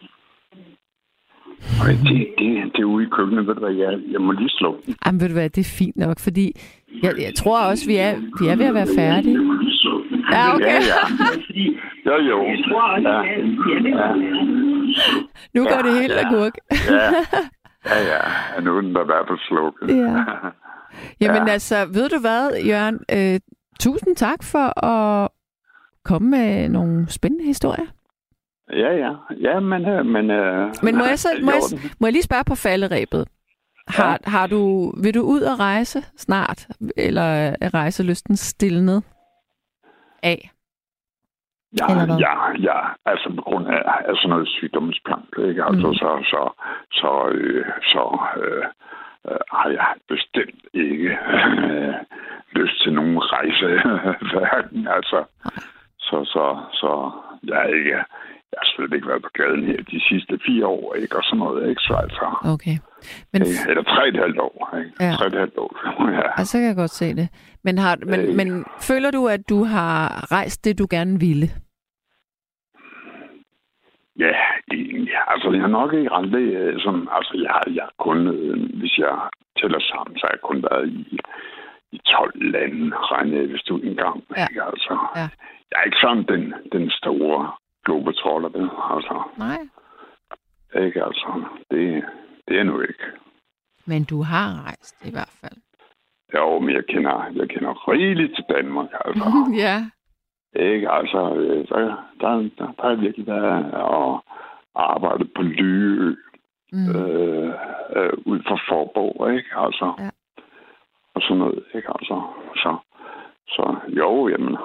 Det er ude i køkkenet, ved du hvad, jeg må lige slukke den. Jamen, ved du hvad, det er fint nok, fordi jeg tror også, vi er ved at være færdige. Ja, okay. Ja. Jo. Ja. Nu går det helt agurk. Ja. Nu er den da i hvert fald slukket. Ja. Jamen altså, ved du hvad, Jørgen? Tusind tak for at komme med nogle spændende historier. Ja, men må jeg lige spørge på falderebet? Vil du ud og rejse snart, eller er rejselysten stilnet af? Ja, altså på grund af sådan noget sygdomsplank, ikke? Altså, så har jeg bestemt ikke lyst til nogen rejse. Altså, så jeg er ikke... Jeg har slet ikke været på gaden her de sidste 4 år, ikke? Og sådan noget, ikke? Så altså... Okay. Men... Eller 3,5 år, ikke? Ja. 3,5 år, ja. Altså, så kan jeg godt se det. Men føler du, at du har rejst det, du gerne ville? Ja, egentlig. Altså, jeg har nok ikke aldrig sådan... Altså, jeg har kun... Hvis jeg tæller sammen, så har jeg kun været i 12 lande, regnet hvis du engang, ikke? Altså, jeg er ikke sådan den store... globetrotter, det. Altså. Nej. Ikke, altså. Det er nu ikke. Men du har rejst, i hvert fald. Jo, men jeg kender rigeligt til Danmark, altså. Ja. Ikke, altså. Der har virkelig været og arbejdet på Lyø. Ud for Forborg, ikke? Altså. Ja. Og sådan noget, ikke? Altså. Så jo, jamen...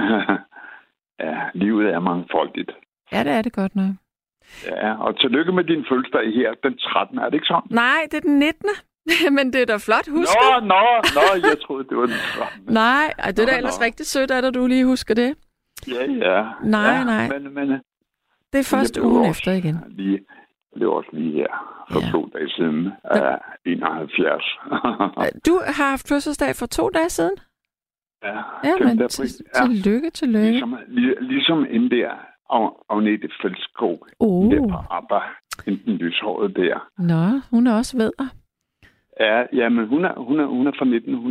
Ja, livet er mangfoldigt. Ja, det er det godt nok. Ja, og tillykke med din fødselsdag her, den 13. Er det ikke sådan? Nej, det er den 19. Men det er da flot husket. Nå, jeg troede, det var den 13. Nej, det er da ellers rigtig sødt, at du lige husker det. Ja. Nej. Men det er først ugen efter igen. Det var også lige her for 2 dage siden. 71. Du har haft fødselsdag for 2 dage siden? Ja, men tillykke. Ligesom en der Agnete Fældskog. Der på ABBA. Den lyshåret der. Nå, hun er også ved. Ja, men hun er fra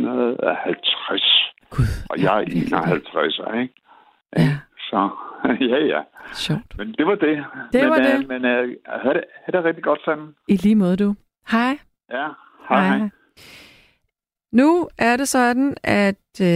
1950. Gud, og jeg er 51, ikke? Ja. Så, ja. Sjovt. Men det var det. Men havde det rigtig godt sammen. I lige måde, du. Hej. Ja, hej. Nu er det sådan, at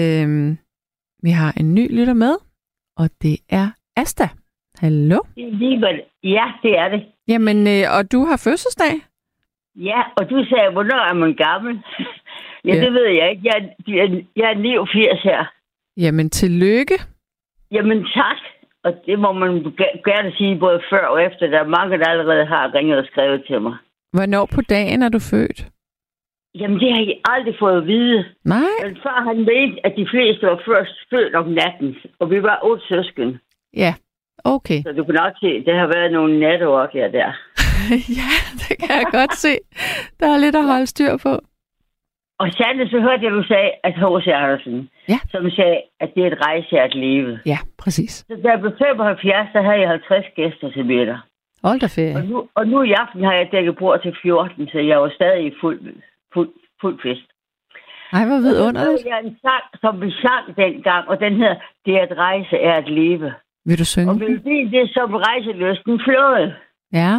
vi har en ny lytter med, og det er Asta. Hallo? Ja, det er det. Jamen, og du har fødselsdag? Ja, og du sagde, hvornår er man gammel? Det ved jeg ikke. Jeg er 89 her. Jamen, tillykke. Jamen, tak. Og det må man gerne sige både før og efter. Der er mange, der allerede har ringet og skrevet til mig. Hvornår på dagen er du født? Jamen, det har jeg aldrig fået at vide. Nej. Men far, han mente, at de fleste var først født om natten. Og vi var 8 søsken. Ja, okay. Så du kan nok se, det har været nogle natteorker der. Ja, det kan jeg godt se. Der er lidt at holde styr på. Og sandelig, så hørte jeg, du sagde, at H.C. Andersen, som sagde, at det er et rejse at leve. Ja, præcis. Så da jeg blev 75, der havde jeg 50 gæster til middag. Hold da ferie. Og nu i aften har jeg dækket bord til 14, så jeg var stadig i fuld fest. Ej, hvor vidunderligt. Det er en sang, som vi sang dengang, og den hedder, det er et rejse er at leve. Vil du synge? Og melodien, det er som rejseløsten flåde. Ja.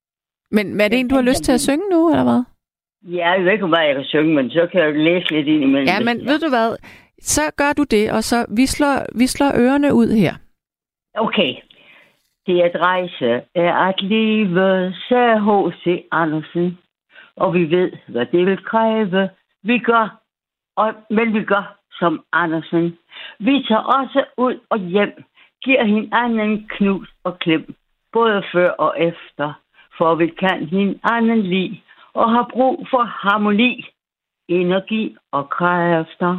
Men er det en, du har lyst til at synge nu, eller hvad? Ja, jeg ved ikke, hvad jeg kan synge, men så kan jeg læse lidt ind imellem. Ja, men ved du hvad? Så gør du det, og så vi slår ørerne ud her. Okay. Det at rejse er at leve, sagde H.C. Andersen. Og vi ved, hvad det vil kræve. Vi gør, men vi gør som Andersen. Vi tager også ud og hjem, giver hinanden knus og klem, både før og efter. For vi kan hinanden lide, og har brug for harmoni, energi og kræfter.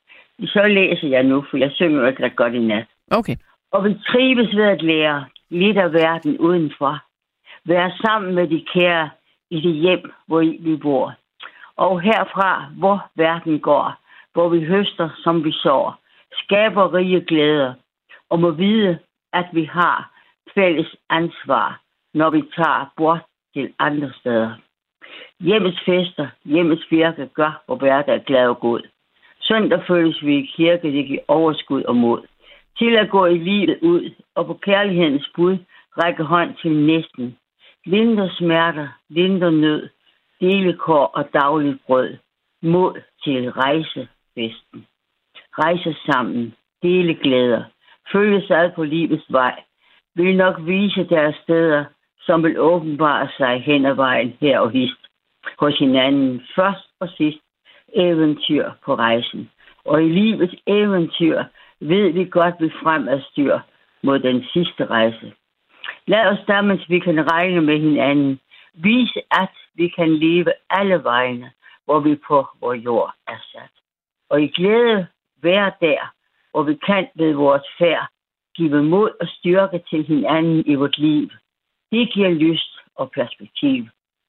Så læser jeg nu, for jeg synger ikke ret godt i nat. Okay. Og vi trives ved at lære lidt af verden udenfor. Være sammen med de kære i det hjem, hvor vi bor. Og herfra, hvor verden går, hvor vi høster, som vi sår, skaber rige glæder, og må vide, at vi har fælles ansvar, når vi tager bort til andre steder. Hjemmets fester, hjemmets virke gør, hvor hverdag er glad og god. Søndag føles vi i kirke, det giver overskud og mod. Til at gå i livet ud, og på kærlighedens bud, række hånd til næsten. Lindre smerter, lindre nød, dele kår og dagligt brød. Mod til rejsefesten. Rejse sammen, dele glæder, følge sig på livets vej. Vil nok vise deres steder, som vil åbenbare sig hen ad vejen her og hist. Hos hinanden først og sidst eventyr på rejsen. Og i livets eventyr ved vi godt, vi fremadstyr mod den sidste rejse. Lad os da, mens vi kan regne med hinanden, vise, at vi kan leve alle vegne, hvor vi på vor jord er sat. Og i glæde være der, hvor vi kan ved vores færd, give mod og styrke til hinanden i vort liv. Det giver lyst og perspektiv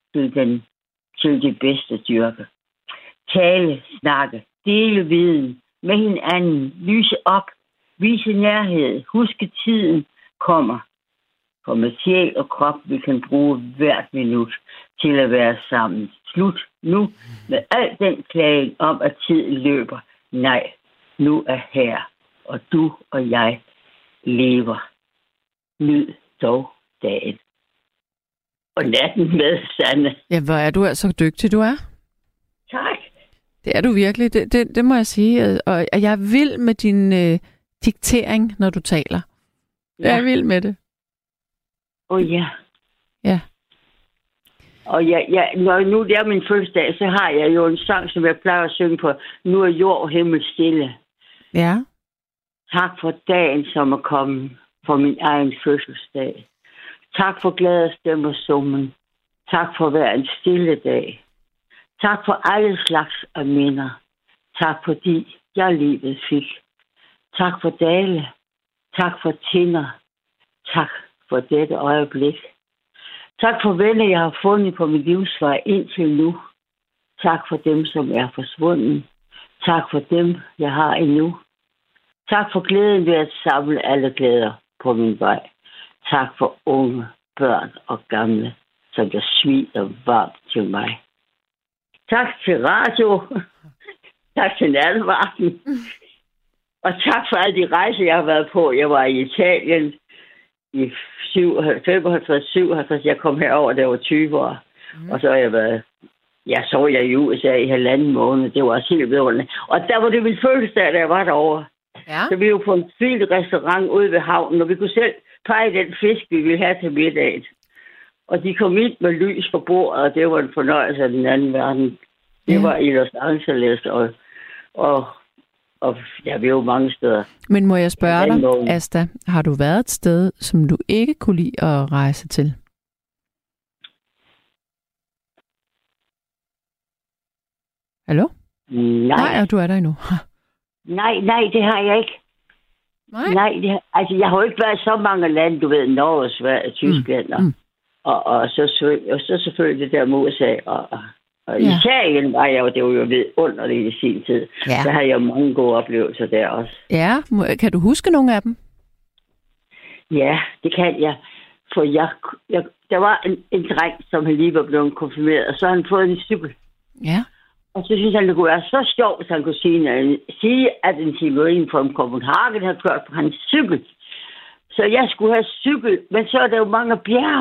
til det bedste dyrke. Tale, snakke, dele viden med hinanden, lyse op, vise nærhed, huske tiden kommer. For med sjæl og krop vi kan bruge hvert minut til at være sammen. Slut nu med al den klage om, at tiden løber. Nej, nu er her, og du og jeg lever. Nyd dog dagen. Og natten med, Sanne. Ja, hvor er du altså dygtig, du er. Tak. Det er du virkelig, det må jeg sige. Og jeg er vild med din diktering, når du taler. Ja. Jeg er vild med det. Ja. Ja. Og når nu det er min fødselsdag, så har jeg jo en sang, som jeg plejer at synge på. Nu er jord og himmel stille. Ja. Tak for dagen, som er kommet for min egen fødselsdag. Tak for glade stemmer summen. Tak for hver en stille dag. Tak for alle slags af minder. Tak fordi jeg livet fik. Tak for dale. Tak for tinder. Tak for dette øjeblik. Tak for venner, jeg har fundet på min livsvej indtil nu. Tak for dem, som er forsvundet. Tak for dem, jeg har endnu. Tak for glæden ved at samle alle glæder på min vej. Tak for unge, børn og gamle, som der smiler varmt til mig. Tak til radio. Tak til nattevagten. Og tak for alle de rejser, jeg har været på. Jeg var i Italien i 55-57. Jeg kom herover, da jeg var 20 år. Og så har jeg været... så var jeg i USA i 1,5 måned. Det var også helt vidunderligt. Og der var det min fødselsdag, da jeg var derovre. Ja. Så vi var på en fin restaurant ude ved havnen, og vi kunne selv pege den fisk, vi ville have til middag. Og de kom ind med lys på bordet, og det var en fornøjelse af den anden verden. Det var i Los Angeles, og vi er jo mange steder. Men må jeg spørge dig, Asta, har du været et sted, som du ikke kunne lide at rejse til? Hallo? Nej, du er der endnu. Nej, det har jeg ikke. Nej, jeg har jo ikke været i så mange lande, du ved, Norge, Sverige, Tyskland, og så selvfølgelig det der med USA, og Italien var jeg jo, det var jo vidunderligt i sin tid. Ja. Der har jeg mange gode oplevelser der også. Ja, kan du huske nogle af dem? Ja, det kan jeg. For der var en dreng, som lige var blevet konfirmeret, og så har han fået en cykel. Ja. Og så synes han, det kunne være så sjovt, at han kunne sige, at en Citroën fra Copenhagen havde kørt på hans cykel. Så jeg skulle have cykel, men så er der jo mange bjerge,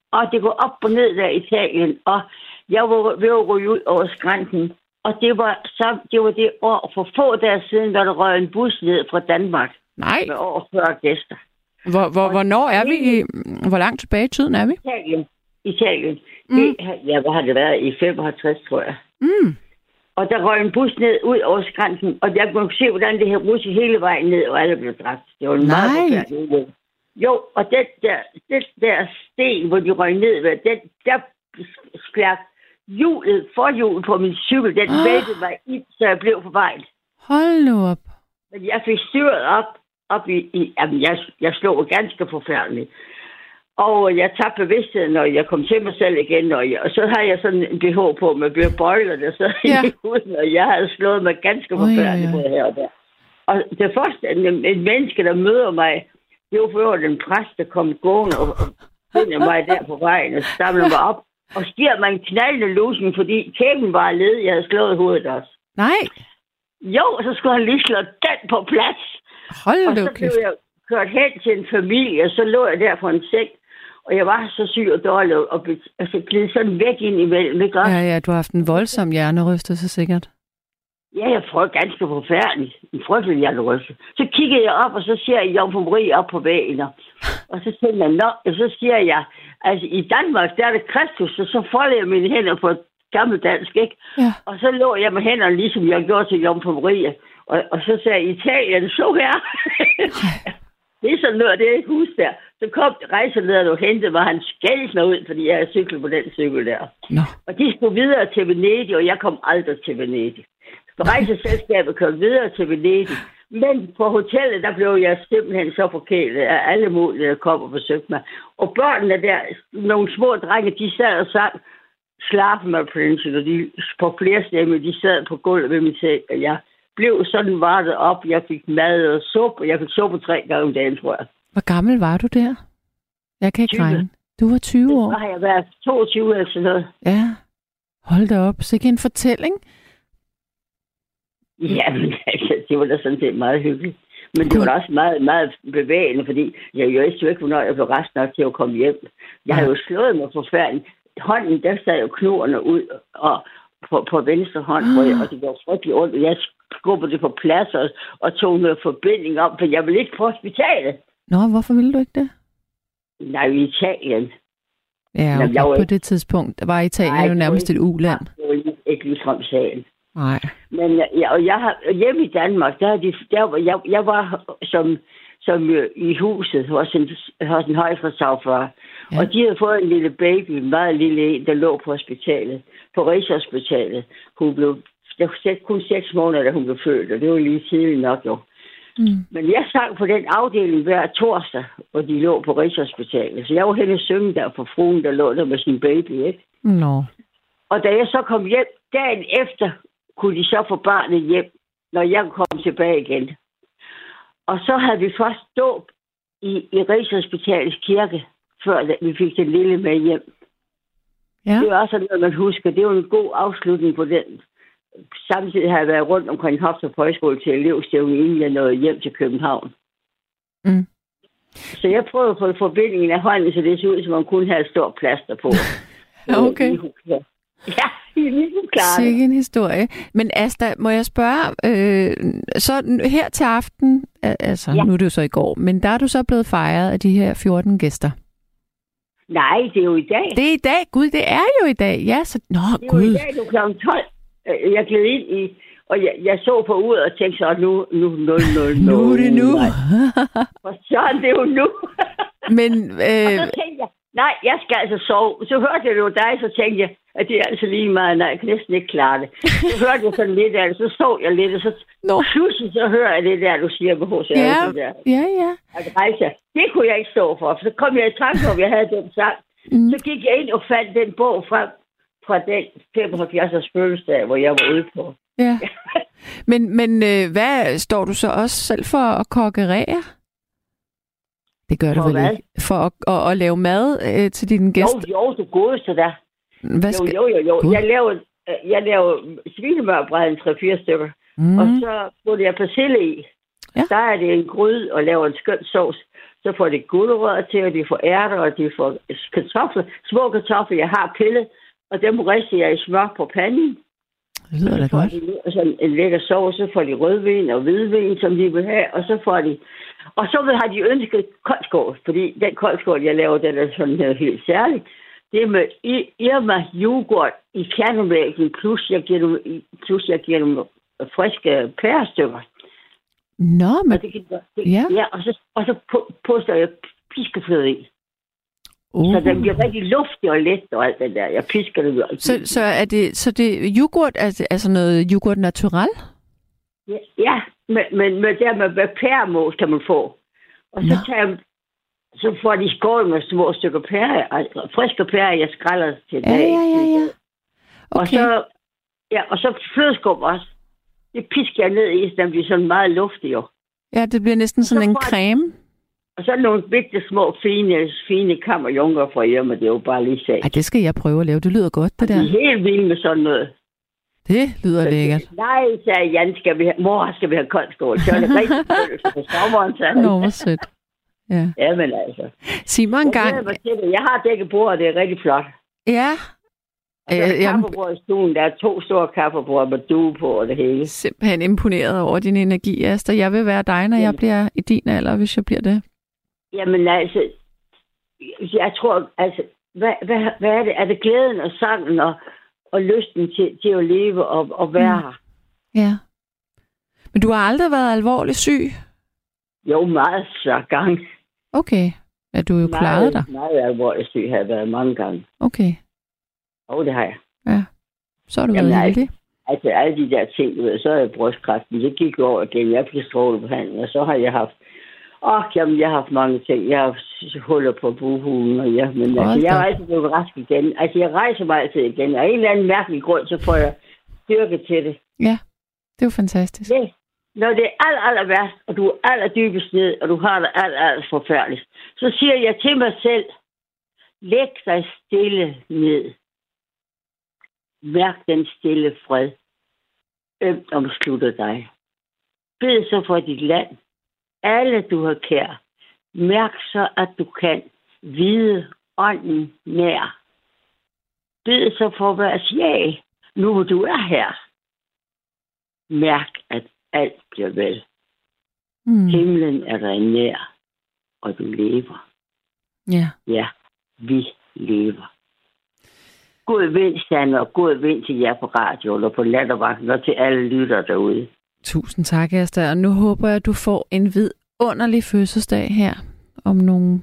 Og det går op og ned der i Italien, og jeg var ved at ryge ud over skrænten. Og det var det år, for få dage siden, da der røg en bus ned fra Danmark. Nej. Med over 40 gæster. Hvornår er vi? Hvor langt tilbage i tiden er vi? Italien. Hvad har det været? I 55, tror jeg. Mm. Og der røg en bus ned ud over skrænten, og jeg kunne se, hvordan det her russe hele vejen ned, og alle blev dræbt. Det var en meget forfærdelig. Jo, og den der sten, hvor de røg ned ved, der sklærk forhjulet på min cykel, den væltede mig ind, så jeg blev på vejen. Hold nu op. Men jeg fik styret op i jamen, jeg slog ganske forfærdeligt. Og jeg tabte bevidstheden, når jeg kom til mig selv igen, og så har jeg sådan en BH på med bøjler, der sad i huden, og jeg havde slået mig ganske forfærdeligt både her og der. Og det første, en menneske, der møder mig, det var for den præst, der kom gående og finder mig der på vejen og samler mig op, og giver mig en knaldende lusning, fordi kæben var ledig, jeg havde slået hovedet også. Nej. Jo, og så skulle han lige slå den på plads. Hold og så blev jeg kørt hen til en familie, og så lå jeg der på en seng, og jeg var så syg og dårlig, og så gled sådan væk ind imellem, ikke også? Ja, du har haft en voldsom hjernerystelse, sikkert. Ja, jeg frøg ganske forfærdeligt. En frygtelig hjernerystelse. Så kiggede jeg op, og så ser jeg Jomfru Marie op på væggen, og så tænkte jeg, og så siger jeg, altså i Danmark, der er det Kristus, og så folder jeg mine hænder på gammeldansk, ikke? Ja. Og så lå jeg med hænderne, ligesom jeg gjorde til Jomfru Marie, og så sagde jeg, Italien, så her. Det er sådan noget, det er et hus der. Så kom rejselederen og hentede mig, han skældte mig ud, fordi jeg havde cyklet på den cykel der. No. Og de skulle videre til Venedig, og jeg kom aldrig til Venedig. Så rejseselskabet kørte videre til Venedig. Men på hotellet, der blev jeg simpelthen så forkælet af alle mulige, der kom og besøgte mig. Og børnene der, nogle små drenge, de sad og sang Slap My Prince, og de på flere stemmer, de sad på gulvet ved min seng, og jeg blev sådan vartet op. Jeg fik mad og suppe, og jeg fik suppe 3 gange om dagen, tror jeg. Hvor gammel var du der? Jeg kan ikke regne. Du var 20 år. Så har jeg været 22 eller sådan noget. Ja. Hold da op. Så ikke en fortælling? Ja, men altså, det var da sådan set meget hyggeligt. Men det var også meget, meget bevægende, fordi jeg vidste jo ikke, hvornår jeg blev rask nok til at komme hjem. Jeg havde jo slået mig forfærdeligt. Hånden, der sad jo knoerne ud og på venstre hånd, og det var frygtelig ondt. Jeg skubbede det på plads og tog noget forbinding op, for jeg ville ikke på hospitalet. Nå, hvorfor ville du ikke det? Nej, i Italien. Ja, okay. På det tidspunkt var Italien jo nærmest et uland. Det var ikke ligefrem sagen. Nej. Men jeg har hjemme i Danmark, jeg var som i huset hos en højfredsagfar. Ja. Og de havde fået en lille baby, en meget lille en, der lå på hospitalet, på Rigshospitalet. Hun blev kun 6 måneder, da hun blev født, og det var lige tidligt nok jo. Mm. Men jeg sang på den afdeling hver torsdag, hvor de lå på Rigshospitalet. Så jeg var henne og synge der for fruen, der lå der med sin baby, ikke? No. Og da jeg så kom hjem, dagen efter, kunne de så få barnet hjem, når jeg kom tilbage igen. Og så havde vi først dåb i Rigshospitalets kirke, før vi fik den lille med hjem. Ja. Det var også noget, man husker. Det var en god afslutning på den. Samtidig har jeg været rundt omkring Hofstrup Højskole til elevstævne, inden jeg nåede hjem til København. Mm. Så jeg prøvede at få forbindingen af hånden, så det så ud, som man kun havde et stort plaster på. Okay. Ja, lige klart. Sikke en historie. Men Asta, må jeg spørge, så her til aften, altså nu er det jo så i går, men der er du så blevet fejret af de her 14 gæster? Nej, det er jo i dag. Det er i dag? Gud, det er jo i dag. Ja, så... Nå, det er Gud. Jo i dag, du kl. 12. Jeg gled ind i... Og jeg så på uret og tænkte så, nu 0. Nu er det nu. Og så er det jo nu. Men... Og så tænkte jeg, nej, jeg skal altså sove. Så hørte jeg jo dig, så tænkte jeg, at det er altså lige meget, nej, jeg kan næsten ikke klare det. Så hørte jeg sådan lidt af det, så sov jeg lidt, og så pludselig så hører jeg det der, du siger på H.C. Ja. At rejse. Det kunne jeg ikke stå for så kom jeg i tanke om, jeg havde den sang. Så gik jeg ind og fandt den bog frem fra den 75-års fødselsdag, hvor jeg var ude på. Ja. Men hvad står du så også selv for at kokkerere? Det gør du vel ikke? For at lave mad til dine gæster? Jo, du godeste der. Jo. Jeg laver svinemørbræd, 3-4 stykker. Og så putter jeg persille i. Ja. Der er det en gryde og laver en skøn sovs. Så får de gulerødder til, og de får ærter, og de får kartofler, små kartofler, jeg har pillet, og dem rister jeg i smør på panden. Det lyder da godt. Og så en lækker sovs, så får de rødvin og hvidvin, som de vil have, og så får de... Og så har de ønsket koldskål, fordi den koldskål, jeg laver, den er sådan her helt særlig. Det er med Irma yoghurt i kernemælken, plus jeg giver dem friske pærestykker. Nå, men... Ja, og så poster jeg piskefløde i. Så den bliver rigtig luftig og let og alt det der. Jeg pisker det. Så det er yoghurt, altså noget yoghurt natural? Ja, men med pæremos kan man få. Og så får de skål med små stykker pære, altså friske pære, jeg skræller til dag. Ja. Okay. Og så flødeskum også. Det pisker jeg ned i, så den bliver sådan meget luftig jo. Ja, det bliver næsten sådan en creme. Og så nogle bitte små, fine kammerjunker fra hjemme, det er jo bare lige sagt. Ej, det skal jeg prøve at lave. Det lyder godt, det der. De er helt vilde med sådan noget. Det lyder lækkert. Nej, sagde Jan, mor, skal vi have koldskål? Så er det rigtig følelse på sommeren, sagde han. Nå, hvor sødt. Ja. Jamen altså. Sig mig en gang. Jeg har dækket bord, og det er rigtig flot. Ja. Og så er kaffebord i stuen. Der er 2 store kaffebord med due på og det hele. Simpelthen imponeret over din energi, Asta. Jeg vil være dig, når jeg bliver i din alder, hvis jeg bliver det. Jamen altså, jeg tror, altså, hvad er det? Er det glæden og sangen og lysten til at leve og være her? Ja. Men du har aldrig været alvorligt syg? Jo, meget så gang. Okay. Ja, du jo klaret dig? Meget alvorligt syg har jeg været mange gange. Okay. Jo, det har jeg. Ja. Så har du været heldig. Altså, alle de der ting, du ved, så er jeg brystkræft, men det gik over igen. Jeg fik strålebehandling, og så har jeg haft jeg har haft mange ting. Jeg har haft huller på buhulen, og jeg har altid blevet rask igen. Altså, jeg rejser mig altid igen. Og af en eller anden mærkelig grund, så får jeg styrke til det. Ja, det er jo fantastisk. Ja. Når det er aller værst, og du er allerdybest ned, og du har det aller forfærdeligt, så siger jeg til mig selv, læg dig stille ned. Mærk den stille fred. Ømt omslutter dig. Bed så for dit land. Alle du har kær. Mærk så, at du kan vide ånden nær. Bed så for vores ja, nu hvor du er her. Mærk, at alt bliver vel. Himlen er dig nær, og du lever. Ja. Ja, vi lever. God vind, Sande, og god vind til jer på radioen og på Nattevagten og til alle lytter derude. Tusind tak, Asta. Og nu håber jeg, at du får en vidunderlig fødselsdag her om nogle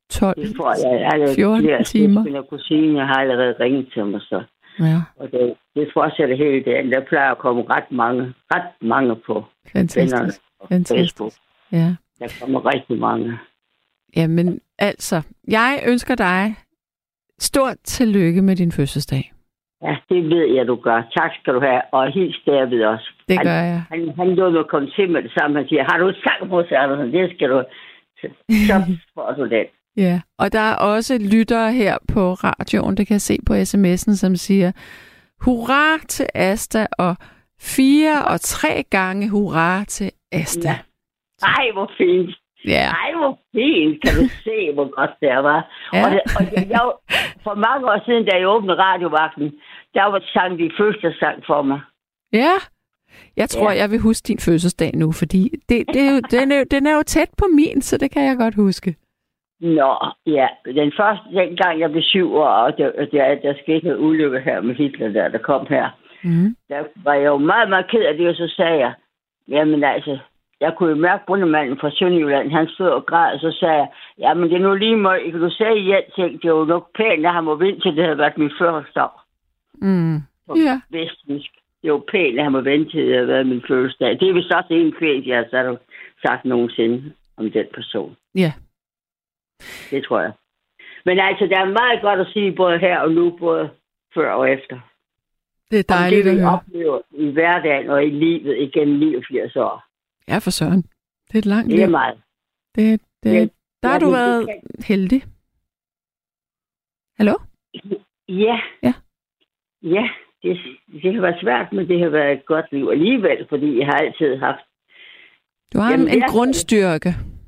12-14 timer. Min kusine har allerede ringet til mig, så. Ja. Og det fortsætter hele dagen. Der plejer at komme ret mange på. Fantastisk. Facebook. Ja. Der kommer rigtig mange. Jamen, altså, jeg ønsker dig stort tillykke med din fødselsdag. Ja, det ved jeg, du gør. Tak skal du have. Og hils David også. Det gør jeg. Han nåede at komme til med det samme. Han siger, har du et sang på, så det skal du. Så får du den. Ja, og der er også lyttere her på radioen, det kan jeg se på sms'en, som siger, hurra til Asta, og 4 og 3 gange hurra til Asta. Ja. Ej, hvor fint. Ja. Ej, hvor fint. Kan du se, hvor godt det var. Ja. Og for mange år siden, da jeg åbnede radiovagten, der var sang de fødselsdagssang for mig. Ja, jeg tror, jeg vil huske din fødselsdag nu, fordi den er jo tæt på min, så det kan jeg godt huske. Nå, ja. Den gang jeg blev 7 år, og der skete noget ulykke her med Hitler, der kom her. Der var jeg jo meget, meget ked af det, og så sagde jeg, jamen altså, jeg kunne jo mærke bundemanden fra Sønderjylland, han stod og græd, og så sagde jeg, jamen det er nu lige meget, kan du sige igen, det er jo nok pænt, at han må vente til, det havde været min fødselsdag. Ja. Vestjysk. Det er jo pænt, at han må vente til, det havde været min fødselsdag. Det er vist også en kvæg, jeg har sagt nogensinde om den person. Ja. Det tror jeg. Men altså, der er meget godt at sige, både her og nu, både før og efter. Det er dejligt at høre. Det, vi oplever i hverdagen og i livet igennem 89 år. Ja, for søren. Det er et langt liv. Det er meget. Der har du været heldig. Hallo? Ja. Ja, det har været svært, men det har været et godt liv alligevel, fordi jeg har altid haft... Du har en grundstyrke.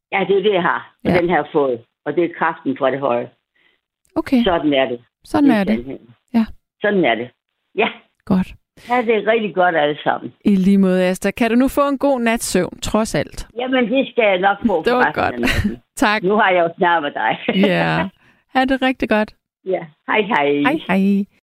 Ja, det er det, jeg har. Og Ja. den har jeg fået. Og det er kraften fra det høje. Okay, Sådan er det. sådan er det. Ja. Sådan er det. Ja. Godt. Ja, det er rigtig godt alle sammen. I lige måde, Asta. Kan du nu få en god nats søvn, trods alt? Jamen, det skal jeg nok få. Det var for resten af godt. natten. Tak. Nu har jeg jo snart med dig. Ja. Ha' det rigtig godt. Ja. Hej, hej. Hej, hej.